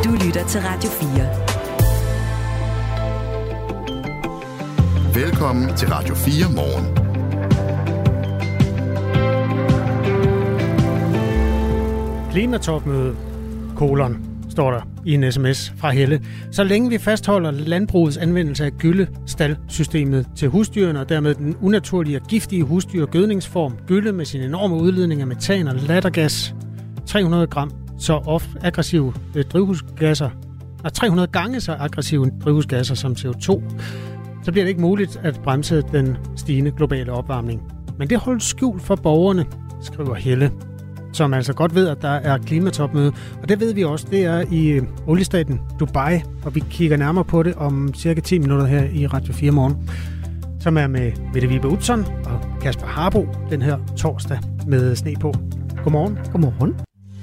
Du lytter til Radio 4. Velkommen til Radio 4 morgen. Klimatopmøde, står der i en sms fra Helle. Så længe vi fastholder landbrugets anvendelse af gyllestaldsystemet til husdyrene, og dermed den unaturlige og giftige husdyrgødningsform, gylle med sin enorme udledning af metan og lattergas, 300 gram så ofte aggressive drivhusgasser, 300 gange så aggressive drivhusgasser som CO2, så bliver det ikke muligt at bremse den stigende globale opvarmning. Men det holdes skjult for borgerne, skriver Helle, som altså godt ved, at der er klimatopmøde. Og det ved vi også, det er i oliestaten Dubai, og vi kigger nærmere på det om cirka 10 minutter her i Radio 4 morgen, som er med Mette Vibe Utzon og Kasper Harbo den her torsdag med sne på. Godmorgen. Godmorgen.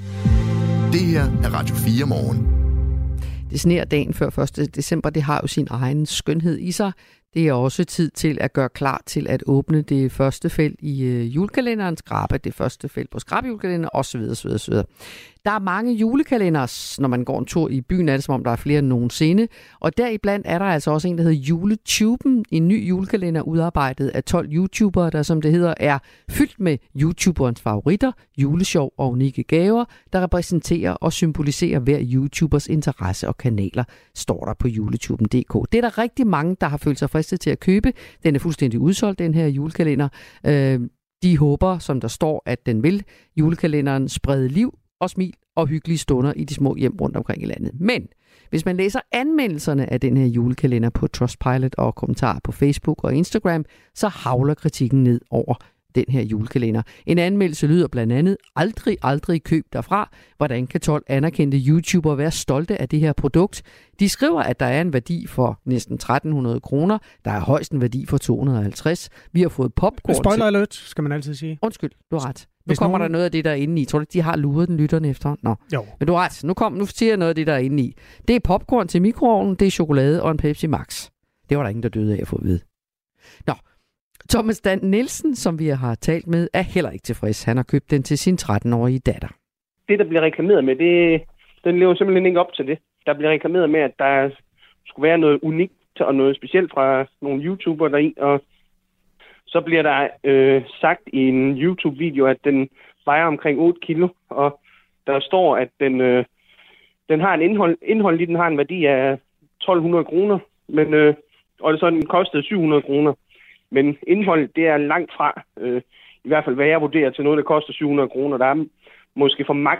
Det her er Radio 4 morgen. Det sneer dagen før 1. december, det har jo sin egen skønhed i sig. Det er også tid til at gøre klar til at åbne det første felt i julekalenderen, skrabe det første felt på skrabjulekalenderen osv. osv. Der er mange julekalendere, når man går en tur i byen, er det som om der er flere end nogensinde. Og deriblandt er der altså også en, der hedder Juletuben, en ny julekalender udarbejdet af 12 YouTubere, der som det hedder er fyldt med YouTuberens favoritter, juleshow og unikke gaver, der repræsenterer og symboliserer hver YouTubers interesse og kanaler, står der på juletuben.dk. Det er der rigtig mange, der har følt sig fristet til at købe. Den er fuldstændig udsolgt, den her julekalender. De håber, som der står, at den vil julekalenderen sprede liv og smil og hyggelige stunder i de små hjem rundt omkring i landet. Men hvis man læser anmeldelserne af den her julekalender på Trustpilot og kommentarer på Facebook og Instagram, så havler kritikken ned over den her julekalender. En anmeldelse lyder blandt andet: aldrig køb derfra. Hvordan kan 12 anerkendte YouTubere være stolte af det her produkt? De skriver, at der er en værdi for næsten 1.300 kroner. Der er højst en værdi for 250. Vi har fået popcorn. Spoiler alert, skal man altid sige. Undskyld, du har ret. Nu kommer der noget af det, der er inde i. Tror du, de har luret den lytterne efter? Nå. Jo. Men du har ret. Nu siger jeg noget af det, der er inde i. Det er popcorn til mikroovnen, det er chokolade og en Pepsi Max. Det var der ingen, der døde af at få at vide. Nå. Thomas Dan Nielsen, som vi har talt med, er heller ikke tilfreds. Han har købt den til sin 13-årige datter. Det, der bliver reklameret med, den lever simpelthen ikke op til det. Der bliver reklameret med, at der skulle være noget unikt og noget specielt fra nogle YouTubere deri, og så bliver der sagt i en YouTube-video, at den vejer omkring 8 kilo, og der står, at den har en indhold i, den har en værdi af 1.200 kroner, men, og så den kostede 700 kroner. Men indholdet, det er langt fra, i hvert fald hvad jeg vurderer, til noget, der koster 700 kroner. Der er måske for max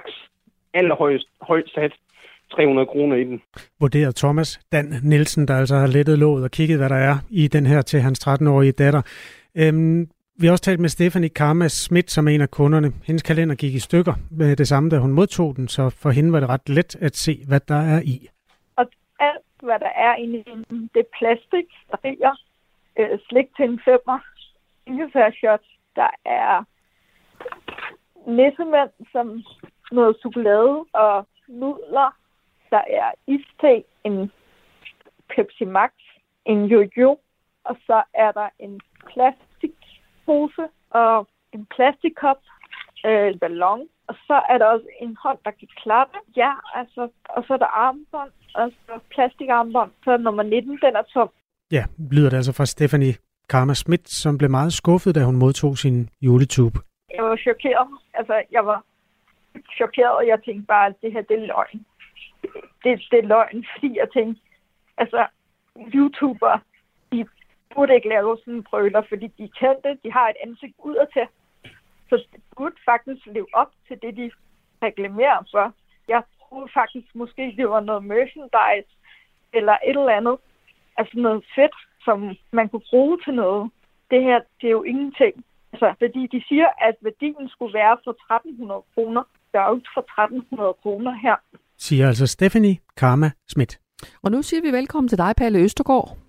højst sat 300 kroner i den. Vurderer Thomas Dan Nielsen, der altså har lettet låget og kigget, hvad der er i den her til hans 13-årige datter. Vi har også talt med Stephanie Karma Schmidt, som er en af kunderne. Hendes kalender gik i stykker med det samme, da hun modtog den, så for hende var det ret let at se, hvad der er i. Og alt, hvad der er inde i den, det er plastik, riger, slik til en 5'er, ingefærshot, der er nissemænd som noget chokolade og nudler, der er iste, en Pepsi Max, en jojo, og så er der en plastikpose og en plastikkop, en ballon, og så er der også en hånd, der kan klappe. Ja, altså, og så er der armbånd, og så plastikarmbånd, så nummer 19, den er tom. Ja, lyder det altså fra Stephanie Karma Schmidt, som blev meget skuffet, da hun modtog sin juletube. Jeg var chokeret. Altså, jeg var chokeret, og jeg tænkte bare, at det her, det er løgn. Det er løgn, fordi jeg tænkte, altså, YouTubere, de burde ikke lave sådan en brøler, fordi de kendte, de har et ansigt udadtil. Så det burde faktisk leve op til det, de reklamerer for. Jeg troede faktisk, måske det var noget merchandise, eller et eller andet. Altså noget fedt, som man kunne bruge til noget. Det her, det er jo ingenting. Altså, fordi de siger, at værdien skulle være for 1.300 kroner. Der er jo ikke for 1.300 kroner her. Siger altså Stephanie Karma Schmidt. Og nu siger vi velkommen til dig, Palle Østergaard.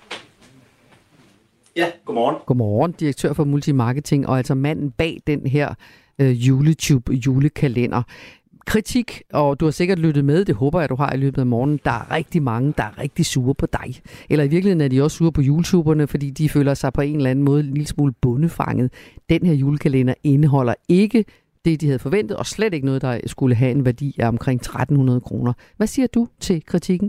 Ja, godmorgen. Godmorgen, direktør for Multimarketing, og altså manden bag den her YouTube julekalender. Kritik, og du har sikkert lyttet med, det håber jeg, du har i løbet af morgenen. Der er rigtig mange, der er rigtig sure på dig. Eller i virkeligheden er de også sure på YouTuberne, fordi de føler sig på en eller anden måde en lille smule bundefanget. Den her julekalender indeholder ikke det, de havde forventet, og slet ikke noget, der skulle have en værdi af omkring 1.300 kroner. Hvad siger du til kritikken?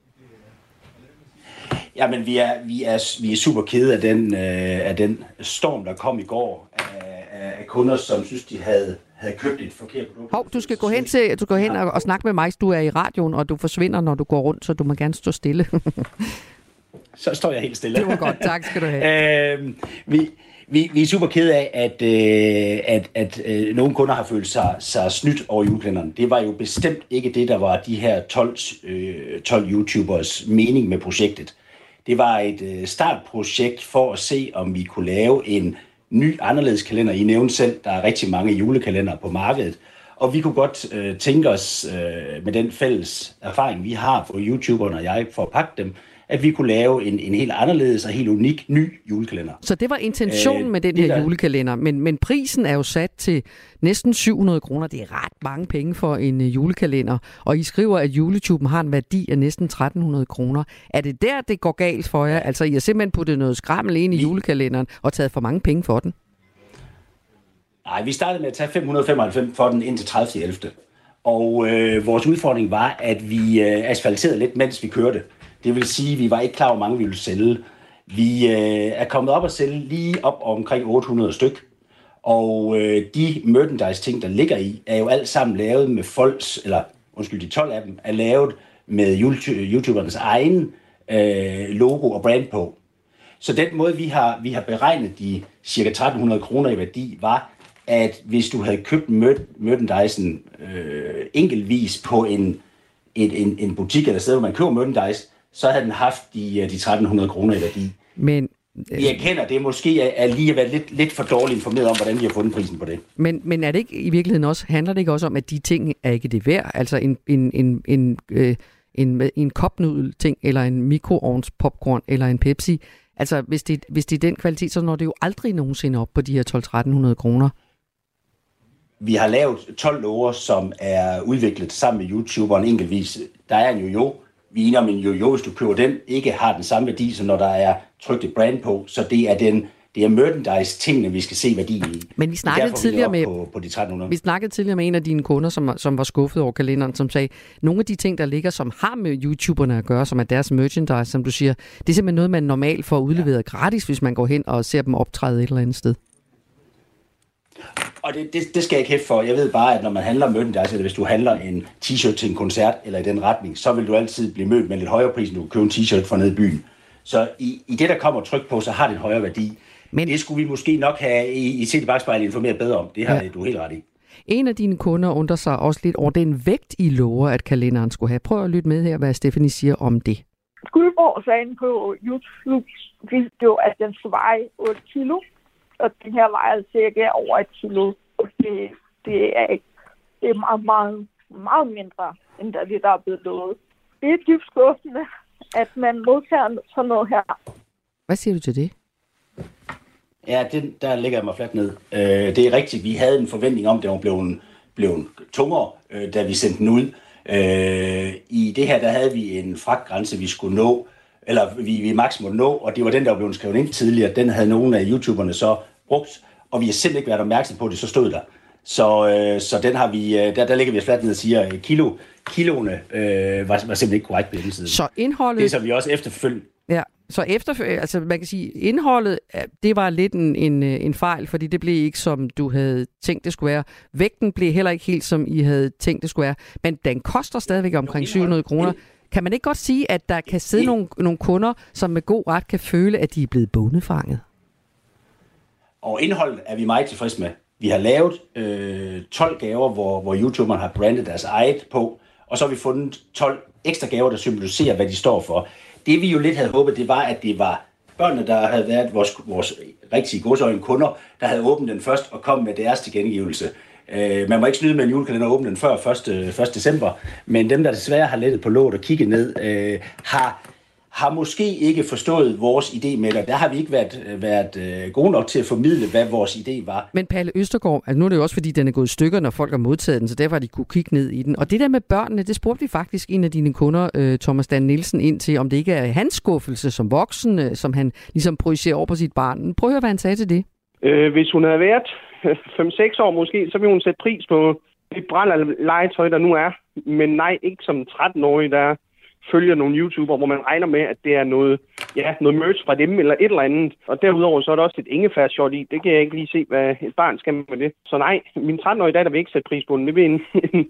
Jamen, vi er super kede af den storm, der kom i går af kunder, som synes, de havde købt et forkert produkt. Hov, du skal gå hen og snakke med mig, du er i radioen, og du forsvinder, når du går rundt, så du må gerne stå stille. Så står jeg helt stille. Det var godt, tak skal du have. Vi er super kede af, at nogle kunder har følt sig snydt over julekalenderen. Det var jo bestemt ikke det, der var de her 12 YouTubers mening med projektet. Det var et startprojekt for at se, om vi kunne lave en ny, anderledes kalender. I nævnte selv, der er rigtig mange julekalender på markedet. Og vi kunne godt tænke os, med den fælles erfaring, vi har for YouTuberne og jeg, for at pakke dem, at vi kunne lave en helt anderledes og helt unik ny julekalender. Så det var intentionen med den her julekalender, men prisen er jo sat til næsten 700 kroner. Det er ret mange penge for en julekalender, og I skriver, at YouTuben har en værdi af næsten 1.300 kroner. Er det der, det går galt for jer? Altså, I har simpelthen puttet noget skrammel ind i julekalenderen og taget for mange penge for den? Nej, vi startede med at tage 595 for den indtil 30.11. Og vores udfordring var, at vi asfalterede lidt, mens vi kørte. Det vil sige, at vi var ikke klar over, hvor mange vi ville sælge. Vi er kommet op og sælge lige op omkring 800 styk. Og de merchandise-ting, der ligger i, er jo alt sammen lavet med de 12 af dem, er lavet med YouTubernes egen logo og brand på. Så den måde, vi har beregnet de cirka 1.300 kroner i værdi, var, at hvis du havde købt merchandisen enkeltvis på en butik eller sted, hvor man køber merchandise, så havde den haft de 1.300 kroner i værdi. Men vi erkender, at det måske er lige at være lidt for dårligt informeret om, hvordan vi har fundet prisen på det. Men er det ikke i virkeligheden også, handler det ikke også om, at de ting er ikke det værd? Altså en kopnudel-ting, eller en mikroovns popcorn, eller en Pepsi. Altså hvis det er den kvalitet, så når det jo aldrig nogensinde op på de her 1.200-1.300 kroner. Vi har lavet 12 lover, som er udviklet sammen med YouTuberen enkeltvis. Der er en jojo. Vi er enige om en jojo, hvis du køber den, ikke har den samme værdi, som når der er trykt et brand på. Så det er merchandise-tingene, vi skal se værdien i. Men vi snakkede tidligere på de 1.300. Vi snakkede tidligere med en af dine kunder, som var skuffet over kalenderen, som sagde, nogle af de ting, der ligger, som har med YouTuberne at gøre, som er deres merchandise, som du siger, det er simpelthen noget, man normalt får udleveret gratis, hvis man går hen og ser dem optræde et eller andet sted. Og det skal jeg ikke hæfte for. Jeg ved bare, at når man handler merchandise, eller hvis du handler en t-shirt til en koncert, eller i den retning, så vil du altid blive mødt med lidt højere pris, end du kan købe en t-shirt fra nede i byen. Så i det, der kommer tryk på, så har det en højere værdi. Men det skulle vi måske nok have i set i bagspejlet informeret bedre om. Det har du helt ret i. En af dine kunder undrer sig også lidt over den vægt, I lover, at kalenderen skulle have. Prøv at lytte med her, hvad Stephanie siger om det. Guldborg sagde på YouTube-video, at den skulle veje 8 kilo. Og den her vejer cirka over 1 kilo. Det er meget, meget, meget mindre, end det, der er blevet lovet. Det er dybt skuffende, at man modtager sådan noget her. Hvad siger du til det? Ja, der ligger jeg mig fladt ned. Det er rigtigt. Vi havde en forventning om, at den var blevet tungere, da vi sendte den ud. I det her, der havde vi en fragtgrænse, vi skulle nå, eller vi maks måtte nå, og det var den, der var blevet skrevet ind tidligere. Den havde nogle af YouTuberne så brugt, og vi har simpelthen ikke været opmærksom på det, så stod der. Så den har vi, der ligger vi fladt ned og siger, kiloene var simpelthen ikke korrekt på hjemmesiden. Så indholdet... Det, som vi også efterfølgende... Ja, så altså man kan sige, indholdet, det var lidt en fejl, fordi det blev ikke, som du havde tænkt, det skulle være. Vægten blev heller ikke helt, som I havde tænkt, det skulle være. Men den koster stadigvæk omkring 700 kroner. Kan man ikke godt sige, at der kan sidde nogle kunder, som med god ret kan føle, at de er blevet bondefanget? Og indholdet er vi meget tilfredse med. Vi har lavet 12 gaver, hvor YouTuberne har brandet deres eget på, og så har vi fundet 12 ekstra gaver, der symboliserer, hvad de står for. Det vi jo lidt havde håbet, det var, at det var børnene, der havde været vores rigtige godsøjne kunder, der havde åbnet den først og kom med deres tilgengivelse. Man må ikke snyde med en julekalender og åbne den før 1. december, men dem, der desværre har lettet på låget og kigget ned, har måske ikke forstået vores idé med det. Der har vi ikke været gode nok til at formidle, hvad vores idé var. Men Palle Østergaard, altså nu er det jo også, fordi den er gået i stykker, når folk har modtaget den, så derfor har de kunne kigge ned i den. Og det der med børnene, det spurgte vi faktisk en af dine kunder, Thomas Dan Nielsen, ind til, om det ikke er hans skuffelse som voksen, som han ligesom projicerer over på sit barn. Prøv at høre, hvad han sagde til det. Hvis hun havde været 5-6 år måske, så vil hun sætte pris på det legetøj, der nu er. Men nej, ikke som 13-årig, der følger nogle YouTuber, hvor man regner med, at det er noget merch fra dem eller et eller andet. Og derudover så er der også et ingefærshot i. Det kan jeg ikke lige se, hvad et barn skal med det. Så nej, min 13-årige datter vil ikke sætte pris på den. Det vil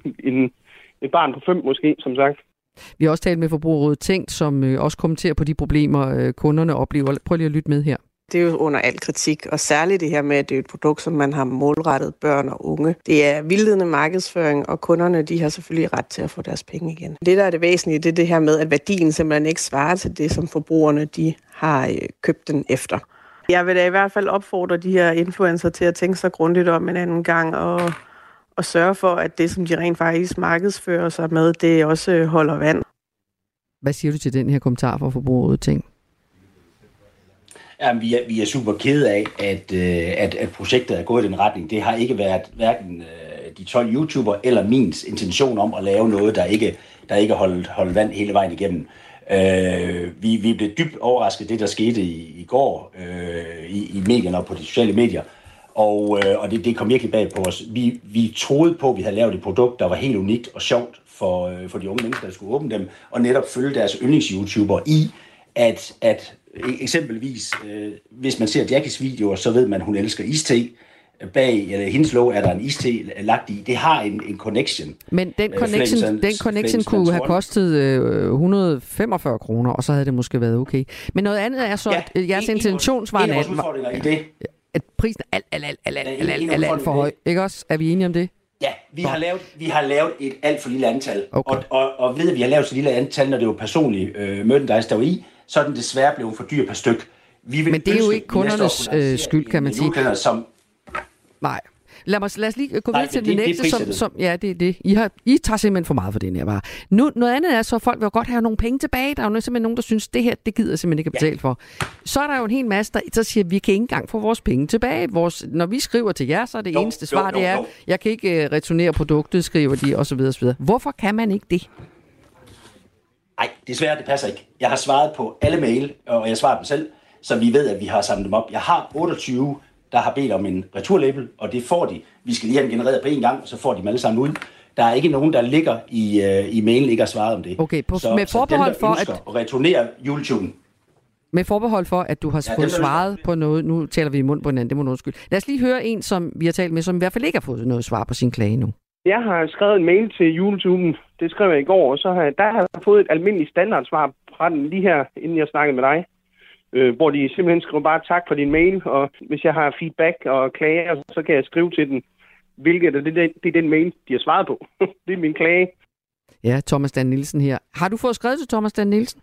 et barn på 5 måske, som sagt. Vi har også talt med Forbrugerrådet Tænk, som også kommenterer på de problemer, kunderne oplever. Prøv lige at lytte med her. Det er jo under al kritik, og særligt det her med, at det er et produkt, som man har målrettet børn og unge. Det er vildledende markedsføring, og kunderne de har selvfølgelig ret til at få deres penge igen. Det, der er det væsentlige, det er det her med, at værdien simpelthen ikke svarer til det, som forbrugerne de har købt den efter. Jeg vil da i hvert fald opfordre de her influencer til at tænke sig grundigt om en anden gang, og sørge for, at det, som de rent faktisk markedsfører sig med, det også holder vand. Hvad siger du til den her kommentar fra Forbrugerrådet Tænk? Jamen, vi er super kede af, at projektet er gået i den retning. Det har ikke været hverken de 12 YouTuber eller min intention om at lave noget, der ikke holdt vand hele vejen igennem. Vi blev dybt overrasket det, der skete i går i medierne og på de sociale medier. Og det kom virkelig bag på os. Vi troede på, at vi havde lavet et produkt, der var helt unikt og sjovt for de unge mennesker, der skulle åbne dem, og netop følge deres yndlings-YouTuber i, at eksempelvis, hvis man ser Jackies videoer, så ved man, at hun elsker iste. Bag eller hendes låg er der en iste lagt i. Det har en connection. Men den connection kunne have kostet 145 kroner, og så havde det måske været okay. Men noget andet er så, at jeres intentionsvarende at prisen er alt for høj. Ikke også? Er vi enige om det? Ja, vi har lavet et alt for lille antal. Okay. Og ved at vi har lavet så lille antal, når det var personlig merchandise, der var i, så er den desværre blevet for dyr per styk. Men det er jo ikke kundernes skyld, kan man sige. Nej. Lad os lige gå videre til det næste, som ja, det er det. I tager simpelthen for meget for den her vare. Nu, noget andet er så, at folk vil godt have nogle penge tilbage. Der er jo simpelthen nogen, der synes, det her, det gider simpelthen ikke at betale for. Så er der jo en hel masse, der siger, at vi kan ikke engang få vores penge tilbage. Når vi skriver til jer, så er det eneste svar, det er, jeg kan ikke returnere produktet, skriver de, osv. osv. Hvorfor kan man ikke det? Nej, desværre, det passer ikke. Jeg har svaret på alle mail, og jeg svarer dem selv, så vi ved, at vi har samlet dem op. Jeg har 28, der har bedt om en returlabel, og det får de. Vi skal lige have den genereret på en gang, og så får de dem alle sammen ud. Der er ikke nogen, der ligger i mailen, ikke har svaret om det. Okay, med forbehold så dem, der at returnere juletuben. Med forbehold for, at du har fået svaret på noget. Nu taler vi i mund på hinanden, det må du undskylde. Lad os lige høre en, som vi har talt med, som i hvert fald ikke har fået noget svar på sin klage nu. Jeg har skrevet en mail til juletuben. Det skrev jeg i går, og så har jeg fået et almindeligt standardsvar fra den lige her, inden jeg snakkede med dig. Hvor de simpelthen skriver bare tak for din mail, og hvis jeg har feedback og klager, så kan jeg skrive til den, hvilket det er den mail, de har svaret på. Det er min klage. Ja, Thomas Dan Nielsen her. Har du fået skrevet til Thomas Dan Nielsen?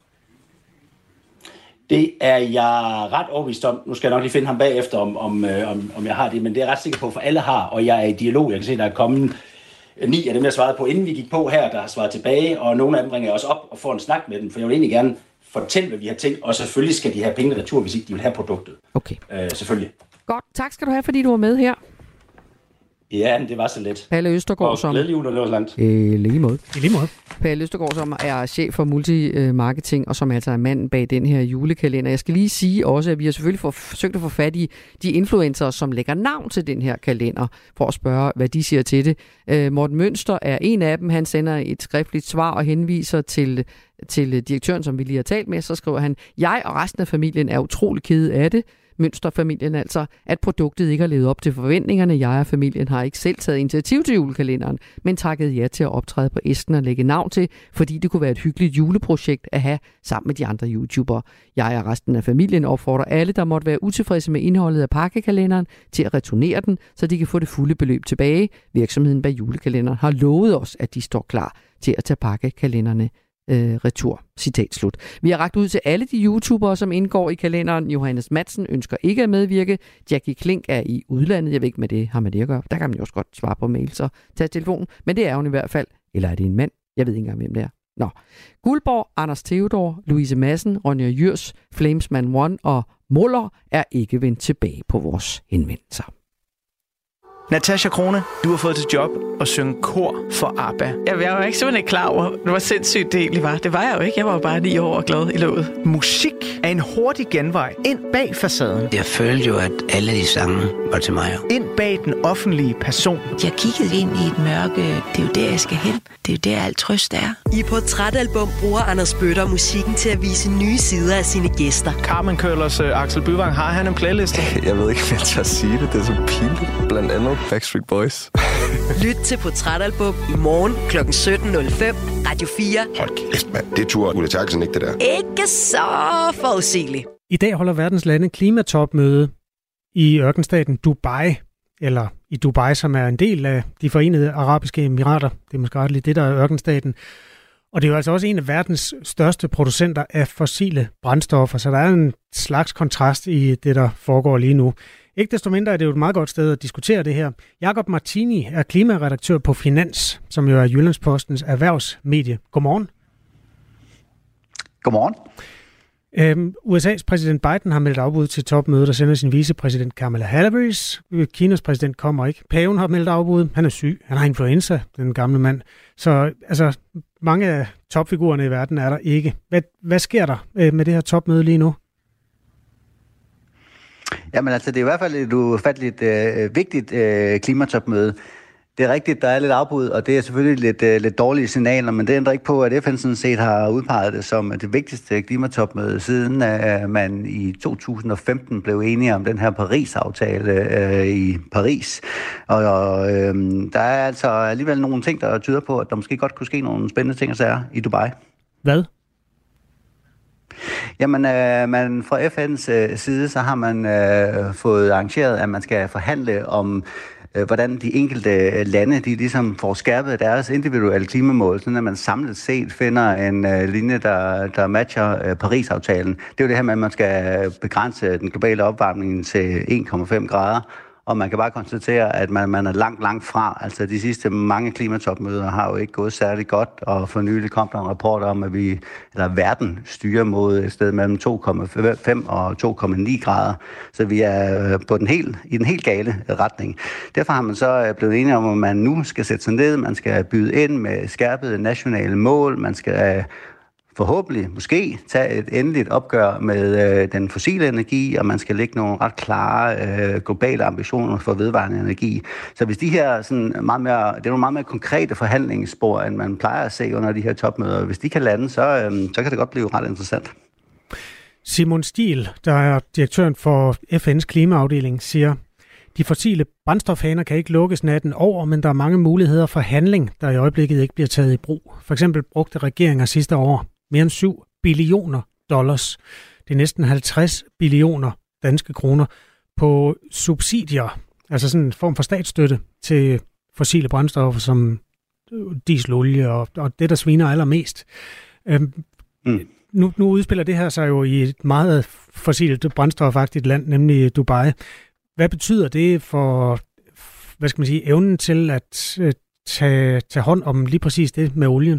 Det er jeg ret overbevist om. Nu skal jeg nok lige finde ham bagefter, om jeg har det, men det er jeg ret sikker på, for alle har, og jeg er i dialog. Jeg kan se, der er kommet 9 af dem, jeg svarede på, inden vi gik på her, der har svaret tilbage, og nogle af dem ringer jeg også op og får en snak med dem, for jeg vil egentlig gerne fortælle, hvad vi har tænkt, og selvfølgelig skal de have penge retur, hvis ikke de vil have produktet. Okay. Selvfølgelig. Godt. Tak skal du have, fordi du var med her. Ja, det var så let. Palle Østergaard, og glædelig jul og Låsland. Lige måde. Palle Østergaard, som er chef for multimarketing, og som altså er manden bag den her julekalender. Jeg skal lige sige også, at vi har selvfølgelig forsøgt at få fat i de influencer, som lægger navn til den her kalender, for at spørge, hvad de siger til det. Morten Mønster er en af dem. Han sender et skriftligt svar og henviser til direktøren, som vi lige har talt med. Så skriver han, jeg og resten af familien er utrolig kede af det. Mønsterfamilien altså, at produktet ikke har levet op til forventningerne. Jeg og familien har ikke selv taget initiativ til julekalenderen, men takket ja til at optræde på æsken og lægge navn til, fordi det kunne være et hyggeligt juleprojekt at have sammen med de andre YouTubere. Jeg og resten af familien opfordrer alle, der måtte være utilfredse med indholdet af pakkekalenderen, til at returnere den, så de kan få det fulde beløb tilbage. Virksomheden bag julekalenderen har lovet os, at de står klar til at tage pakkekalenderne retur. Citat slut. Vi har rakt ud til alle de YouTubere, som indgår i kalenderen. Johannes Madsen ønsker ikke at medvirke. Jackie Klink er i udlandet. Jeg ved ikke, hvad det har med det at gøre. Der kan man jo også godt svare på mail, så tag telefonen. Men det er hun i hvert fald. Eller er det en mand? Jeg ved ikke engang, hvem det er. Nå. Guldborg, Anders Theodor, Louise Madsen, Ronja Jyrs, Flamesman One og Muller er ikke vendt tilbage på vores henvendelser. Natasha Crone, du har fået til job at synge kor for ABBA. Jeg var simpelthen ikke klar over, hvor sindssygt det egentlig var. Det var jeg jo ikke. Jeg var jo bare 9 år og glad i låget. Musik er en hurtig genvej ind bag facaden. Jeg følte jo, at alle de sange var til mig. Ind bag den offentlige person. Jeg kiggede ind i et mørke. Det er jo der, jeg skal hen. Det er jo der, alt trøst er. I Portrætalbum bruger Anders Bøtter musikken til at vise nye sider af sine gæster. Carmen Køllers Axel Byvang, har han en playliste? Jeg ved ikke, hvad jeg tør sige det. Det er så pinligt. Blandt andet Backstreet Boys. Lyt til Portrætalbum i morgen kl. 17.05. Radio 4. Hold kæft, mand. Det turde Ulla Terkelsen ikke, det der. Ikke så forudsigeligt. I dag holder verdens lande klimatopmøde i ørkenstaten Dubai, eller i Dubai, som er en del af de Forenede Arabiske Emirater. Det er måske ret lige det, der er ørkenstaten. Og det er jo altså også en af verdens største producenter af fossile brændstoffer, så der er en slags kontrast i det, der foregår lige nu. Ikke desto mindre er det jo et meget godt sted at diskutere det her. Jakob Martini er klimaredaktør på Finans, som jo er Jyllandspostens erhvervsmedie. Godmorgen. Godmorgen. USA's præsident Biden har meldt afbud til topmødet og sender sin vicepræsident Kamala Harris. Kinas præsident kommer ikke. Paven har meldt afbud. Han er syg. Han har influenza, den gamle mand. Så altså, mange af topfigurerne i verden er der ikke. Hvad sker der med det her topmøde lige nu? Jamen altså, det er i hvert fald et ufatteligt vigtigt klimatopmøde. Det er rigtigt, der er lidt afbud, og det er selvfølgelig lidt dårlige signaler, men det ændrer ikke på, at FN sådan set har udpeget det som det vigtigste klimatopmøde, siden man i 2015 blev enige om den her Paris-aftale i Paris. Og der er altså alligevel nogle ting, der tyder på, at der måske godt kunne ske nogle spændende ting og i Dubai. Hvad? Jamen, man fra FN's side, så har man fået arrangeret, at man skal forhandle om hvordan de enkelte lande, de ligesom får skærpet deres individuelle klimamål, sådan at man samlet set finder en linje, der matcher Paris-aftalen. Det er jo det her med, at man skal begrænse den globale opvarmning til 1,5 grader, og man kan bare konstatere, at man er langt fra. Altså de sidste mange klimatopmøder har jo ikke gået særlig godt, og for nylig kom der en rapport om, at verden styrer mod et sted mellem 2,5 og 2,9 grader. Så vi er i den helt gale retning. Derfor har man så blevet enige om, at man nu skal sætte sig ned, man skal byde ind med skærpede nationale mål, man skal forhåbentlig måske tage et endeligt opgør med den fossile energi, og man skal lægge nogle ret klare globale ambitioner for vedvarende energi. Så hvis de her sådan det er nogle meget mere konkrete forhandlingsspor, end man plejer at se under de her topmøder. Hvis de kan lande, så kan det godt blive ret interessant. Simon Stiel, der er direktøren for FN's klimaafdeling, siger, de fossile brændstofhaner kan ikke lukkes natten over, men der er mange muligheder for handling, der i øjeblikket ikke bliver taget i brug. For eksempel brugte regeringer sidste år mere end $7 billioner. Det er næsten 50 billioner danske kroner på subsidier, altså sådan en form for statsstøtte til fossile brændstoffer som dieselolie og det, der sviner allermest. Nu udspiller det her sig jo i et meget fossilt brændstofagtigt land, nemlig Dubai. Hvad betyder det for, evnen til at tage hånd om lige præcis det med olien?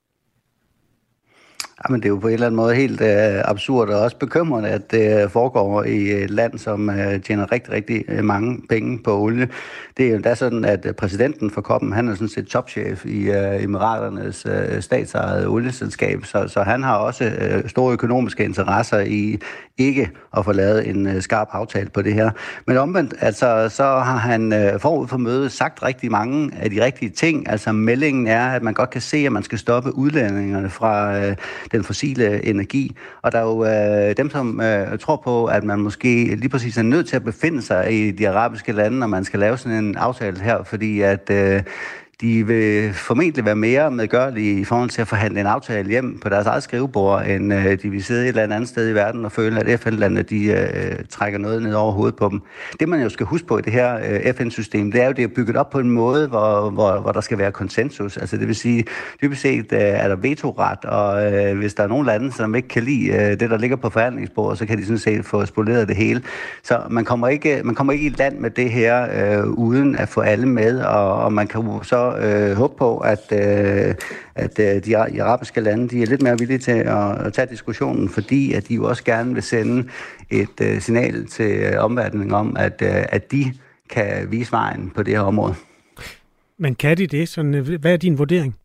Jamen, det er jo på en eller anden måde helt absurd og også bekymrende, at det foregår i et land, som tjener rigtig, rigtig mange penge på olie. Det er jo da sådan, at præsidenten for COP'en, han er sådan set topchef i Emiraternes statsejede olieselskab, så han har også store økonomiske interesser i ikke at få lavet en skarp aftale på det her. Men omvendt, altså, så har han forud for mødet sagt rigtig mange af de rigtige ting. Altså meldingen er, at man godt kan se, at man skal stoppe udledningerne fra den fossile energi. Og der er jo dem, som tror på, at man måske lige præcis er nødt til at befinde sig i de arabiske lande, når man skal lave sådan en aftale her, fordi at de vil formentlig være mere medgørlige i forhold til at forhandle en aftale hjem på deres eget skrivebord, end de vil sidde et eller andet sted i verden og føle, at FN-landene de trækker noget ned over hovedet på dem. Det man jo skal huske på i det her FN-system, det er jo, det er bygget op på en måde, hvor der skal være konsensus. Altså det vil sige, dybest set er der vetoret, og hvis der er nogle lande, som ikke kan lide det, der ligger på forhandlingsbordet, så kan de sådan set få spoleret det hele. Så man kommer ikke i land med det her uden at få alle med, og man kan så håbe på, at de arabiske lande de er lidt mere villige til at tage diskussionen, fordi at de jo også gerne vil sende et signal til omverdenen om, at de kan vise vejen på det her område. Men kan de det? Sådan, hvad er din vurdering?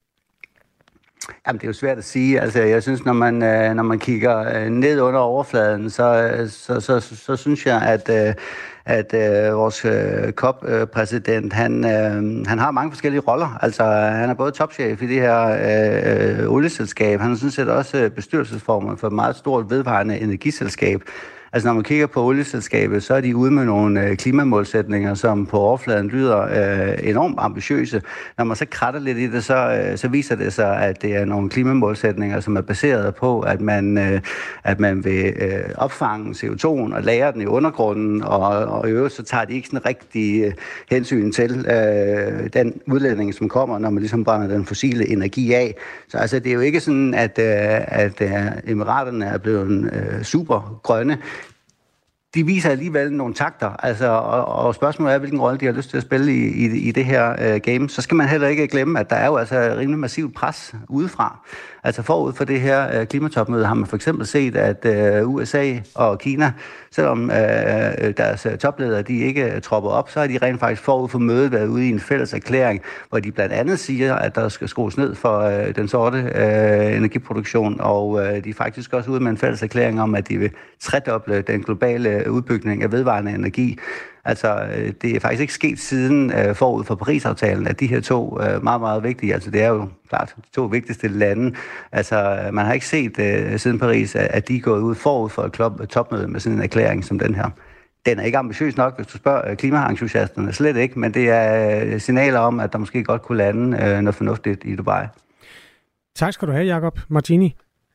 Jamen, det er jo svært at sige. Altså, jeg synes, når man kigger ned under overfladen, så synes jeg, at vores COP-præsident, han har mange forskellige roller. Altså, han er både topchef i det her olieselskab. Han er sådan set også bestyrelsesformand for et meget stort vedvarende energiselskab. Altså, når man kigger på olieselskabet, så er de ude med nogle klimamålsætninger, som på overfladen lyder enormt ambitiøse. Når man så kratter lidt i det, så viser det sig, at det er nogle klimamålsætninger, som er baseret på, at man vil opfange CO2'en og lagre den i undergrunden, og i øvrigt så tager de ikke sådan rigtig hensyn til den udledning, som kommer, når man ligesom brænder den fossile energi af. Så altså, det er jo ikke sådan, at Emiraterne er blevet super grønne. De viser alligevel nogle takter, altså, og spørgsmålet er, hvilken rolle de har lyst til at spille i det her game. Så skal man heller ikke glemme, at der er jo altså rimelig massivt pres udefra. Altså forud for det her klimatopmøde har man for eksempel set, at USA og Kina, selvom deres topledere de ikke tropper op, så har de rent faktisk forud for mødet været ude i en fælles erklæring, hvor de blandt andet siger, at der skal skrues ned for den sorte energiproduktion, og de er faktisk også ude med en fælles erklæring om, at de vil tredoble den globale udbygning af vedvarende energi. Altså, det er faktisk ikke sket siden forud for Paris-aftalen, at de her to meget, meget vigtige, altså det er jo klart de to vigtigste lande. Altså, man har ikke set siden Paris, at de er gået ud forud for et topmøde med sådan en erklæring som den her. Den er ikke ambitiøs nok, hvis du spørger klimaentusiasterne, slet ikke, men det er signaler om, at der måske godt kunne lande noget fornuftigt i Dubai. Tak skal du have, Jakob Martini.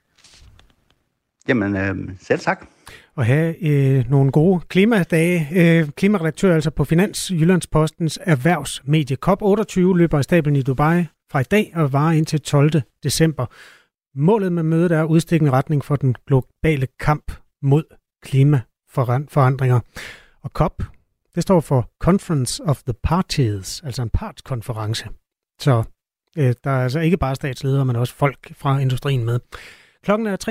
Jamen, selv tak. Og have nogle gode klimadage. Klimaredaktør altså på Finans, Jyllandspostens erhvervsmedie. COP28 løber af stablen i Dubai fra i dag og varer indtil 12. december. Målet med mødet er at udstikke en retning for den globale kamp mod klimaforandringer. Og COP, det står for Conference of the Parties, altså en partskonference. Så der er altså ikke bare statsledere, men også folk fra industrien med. Klokken er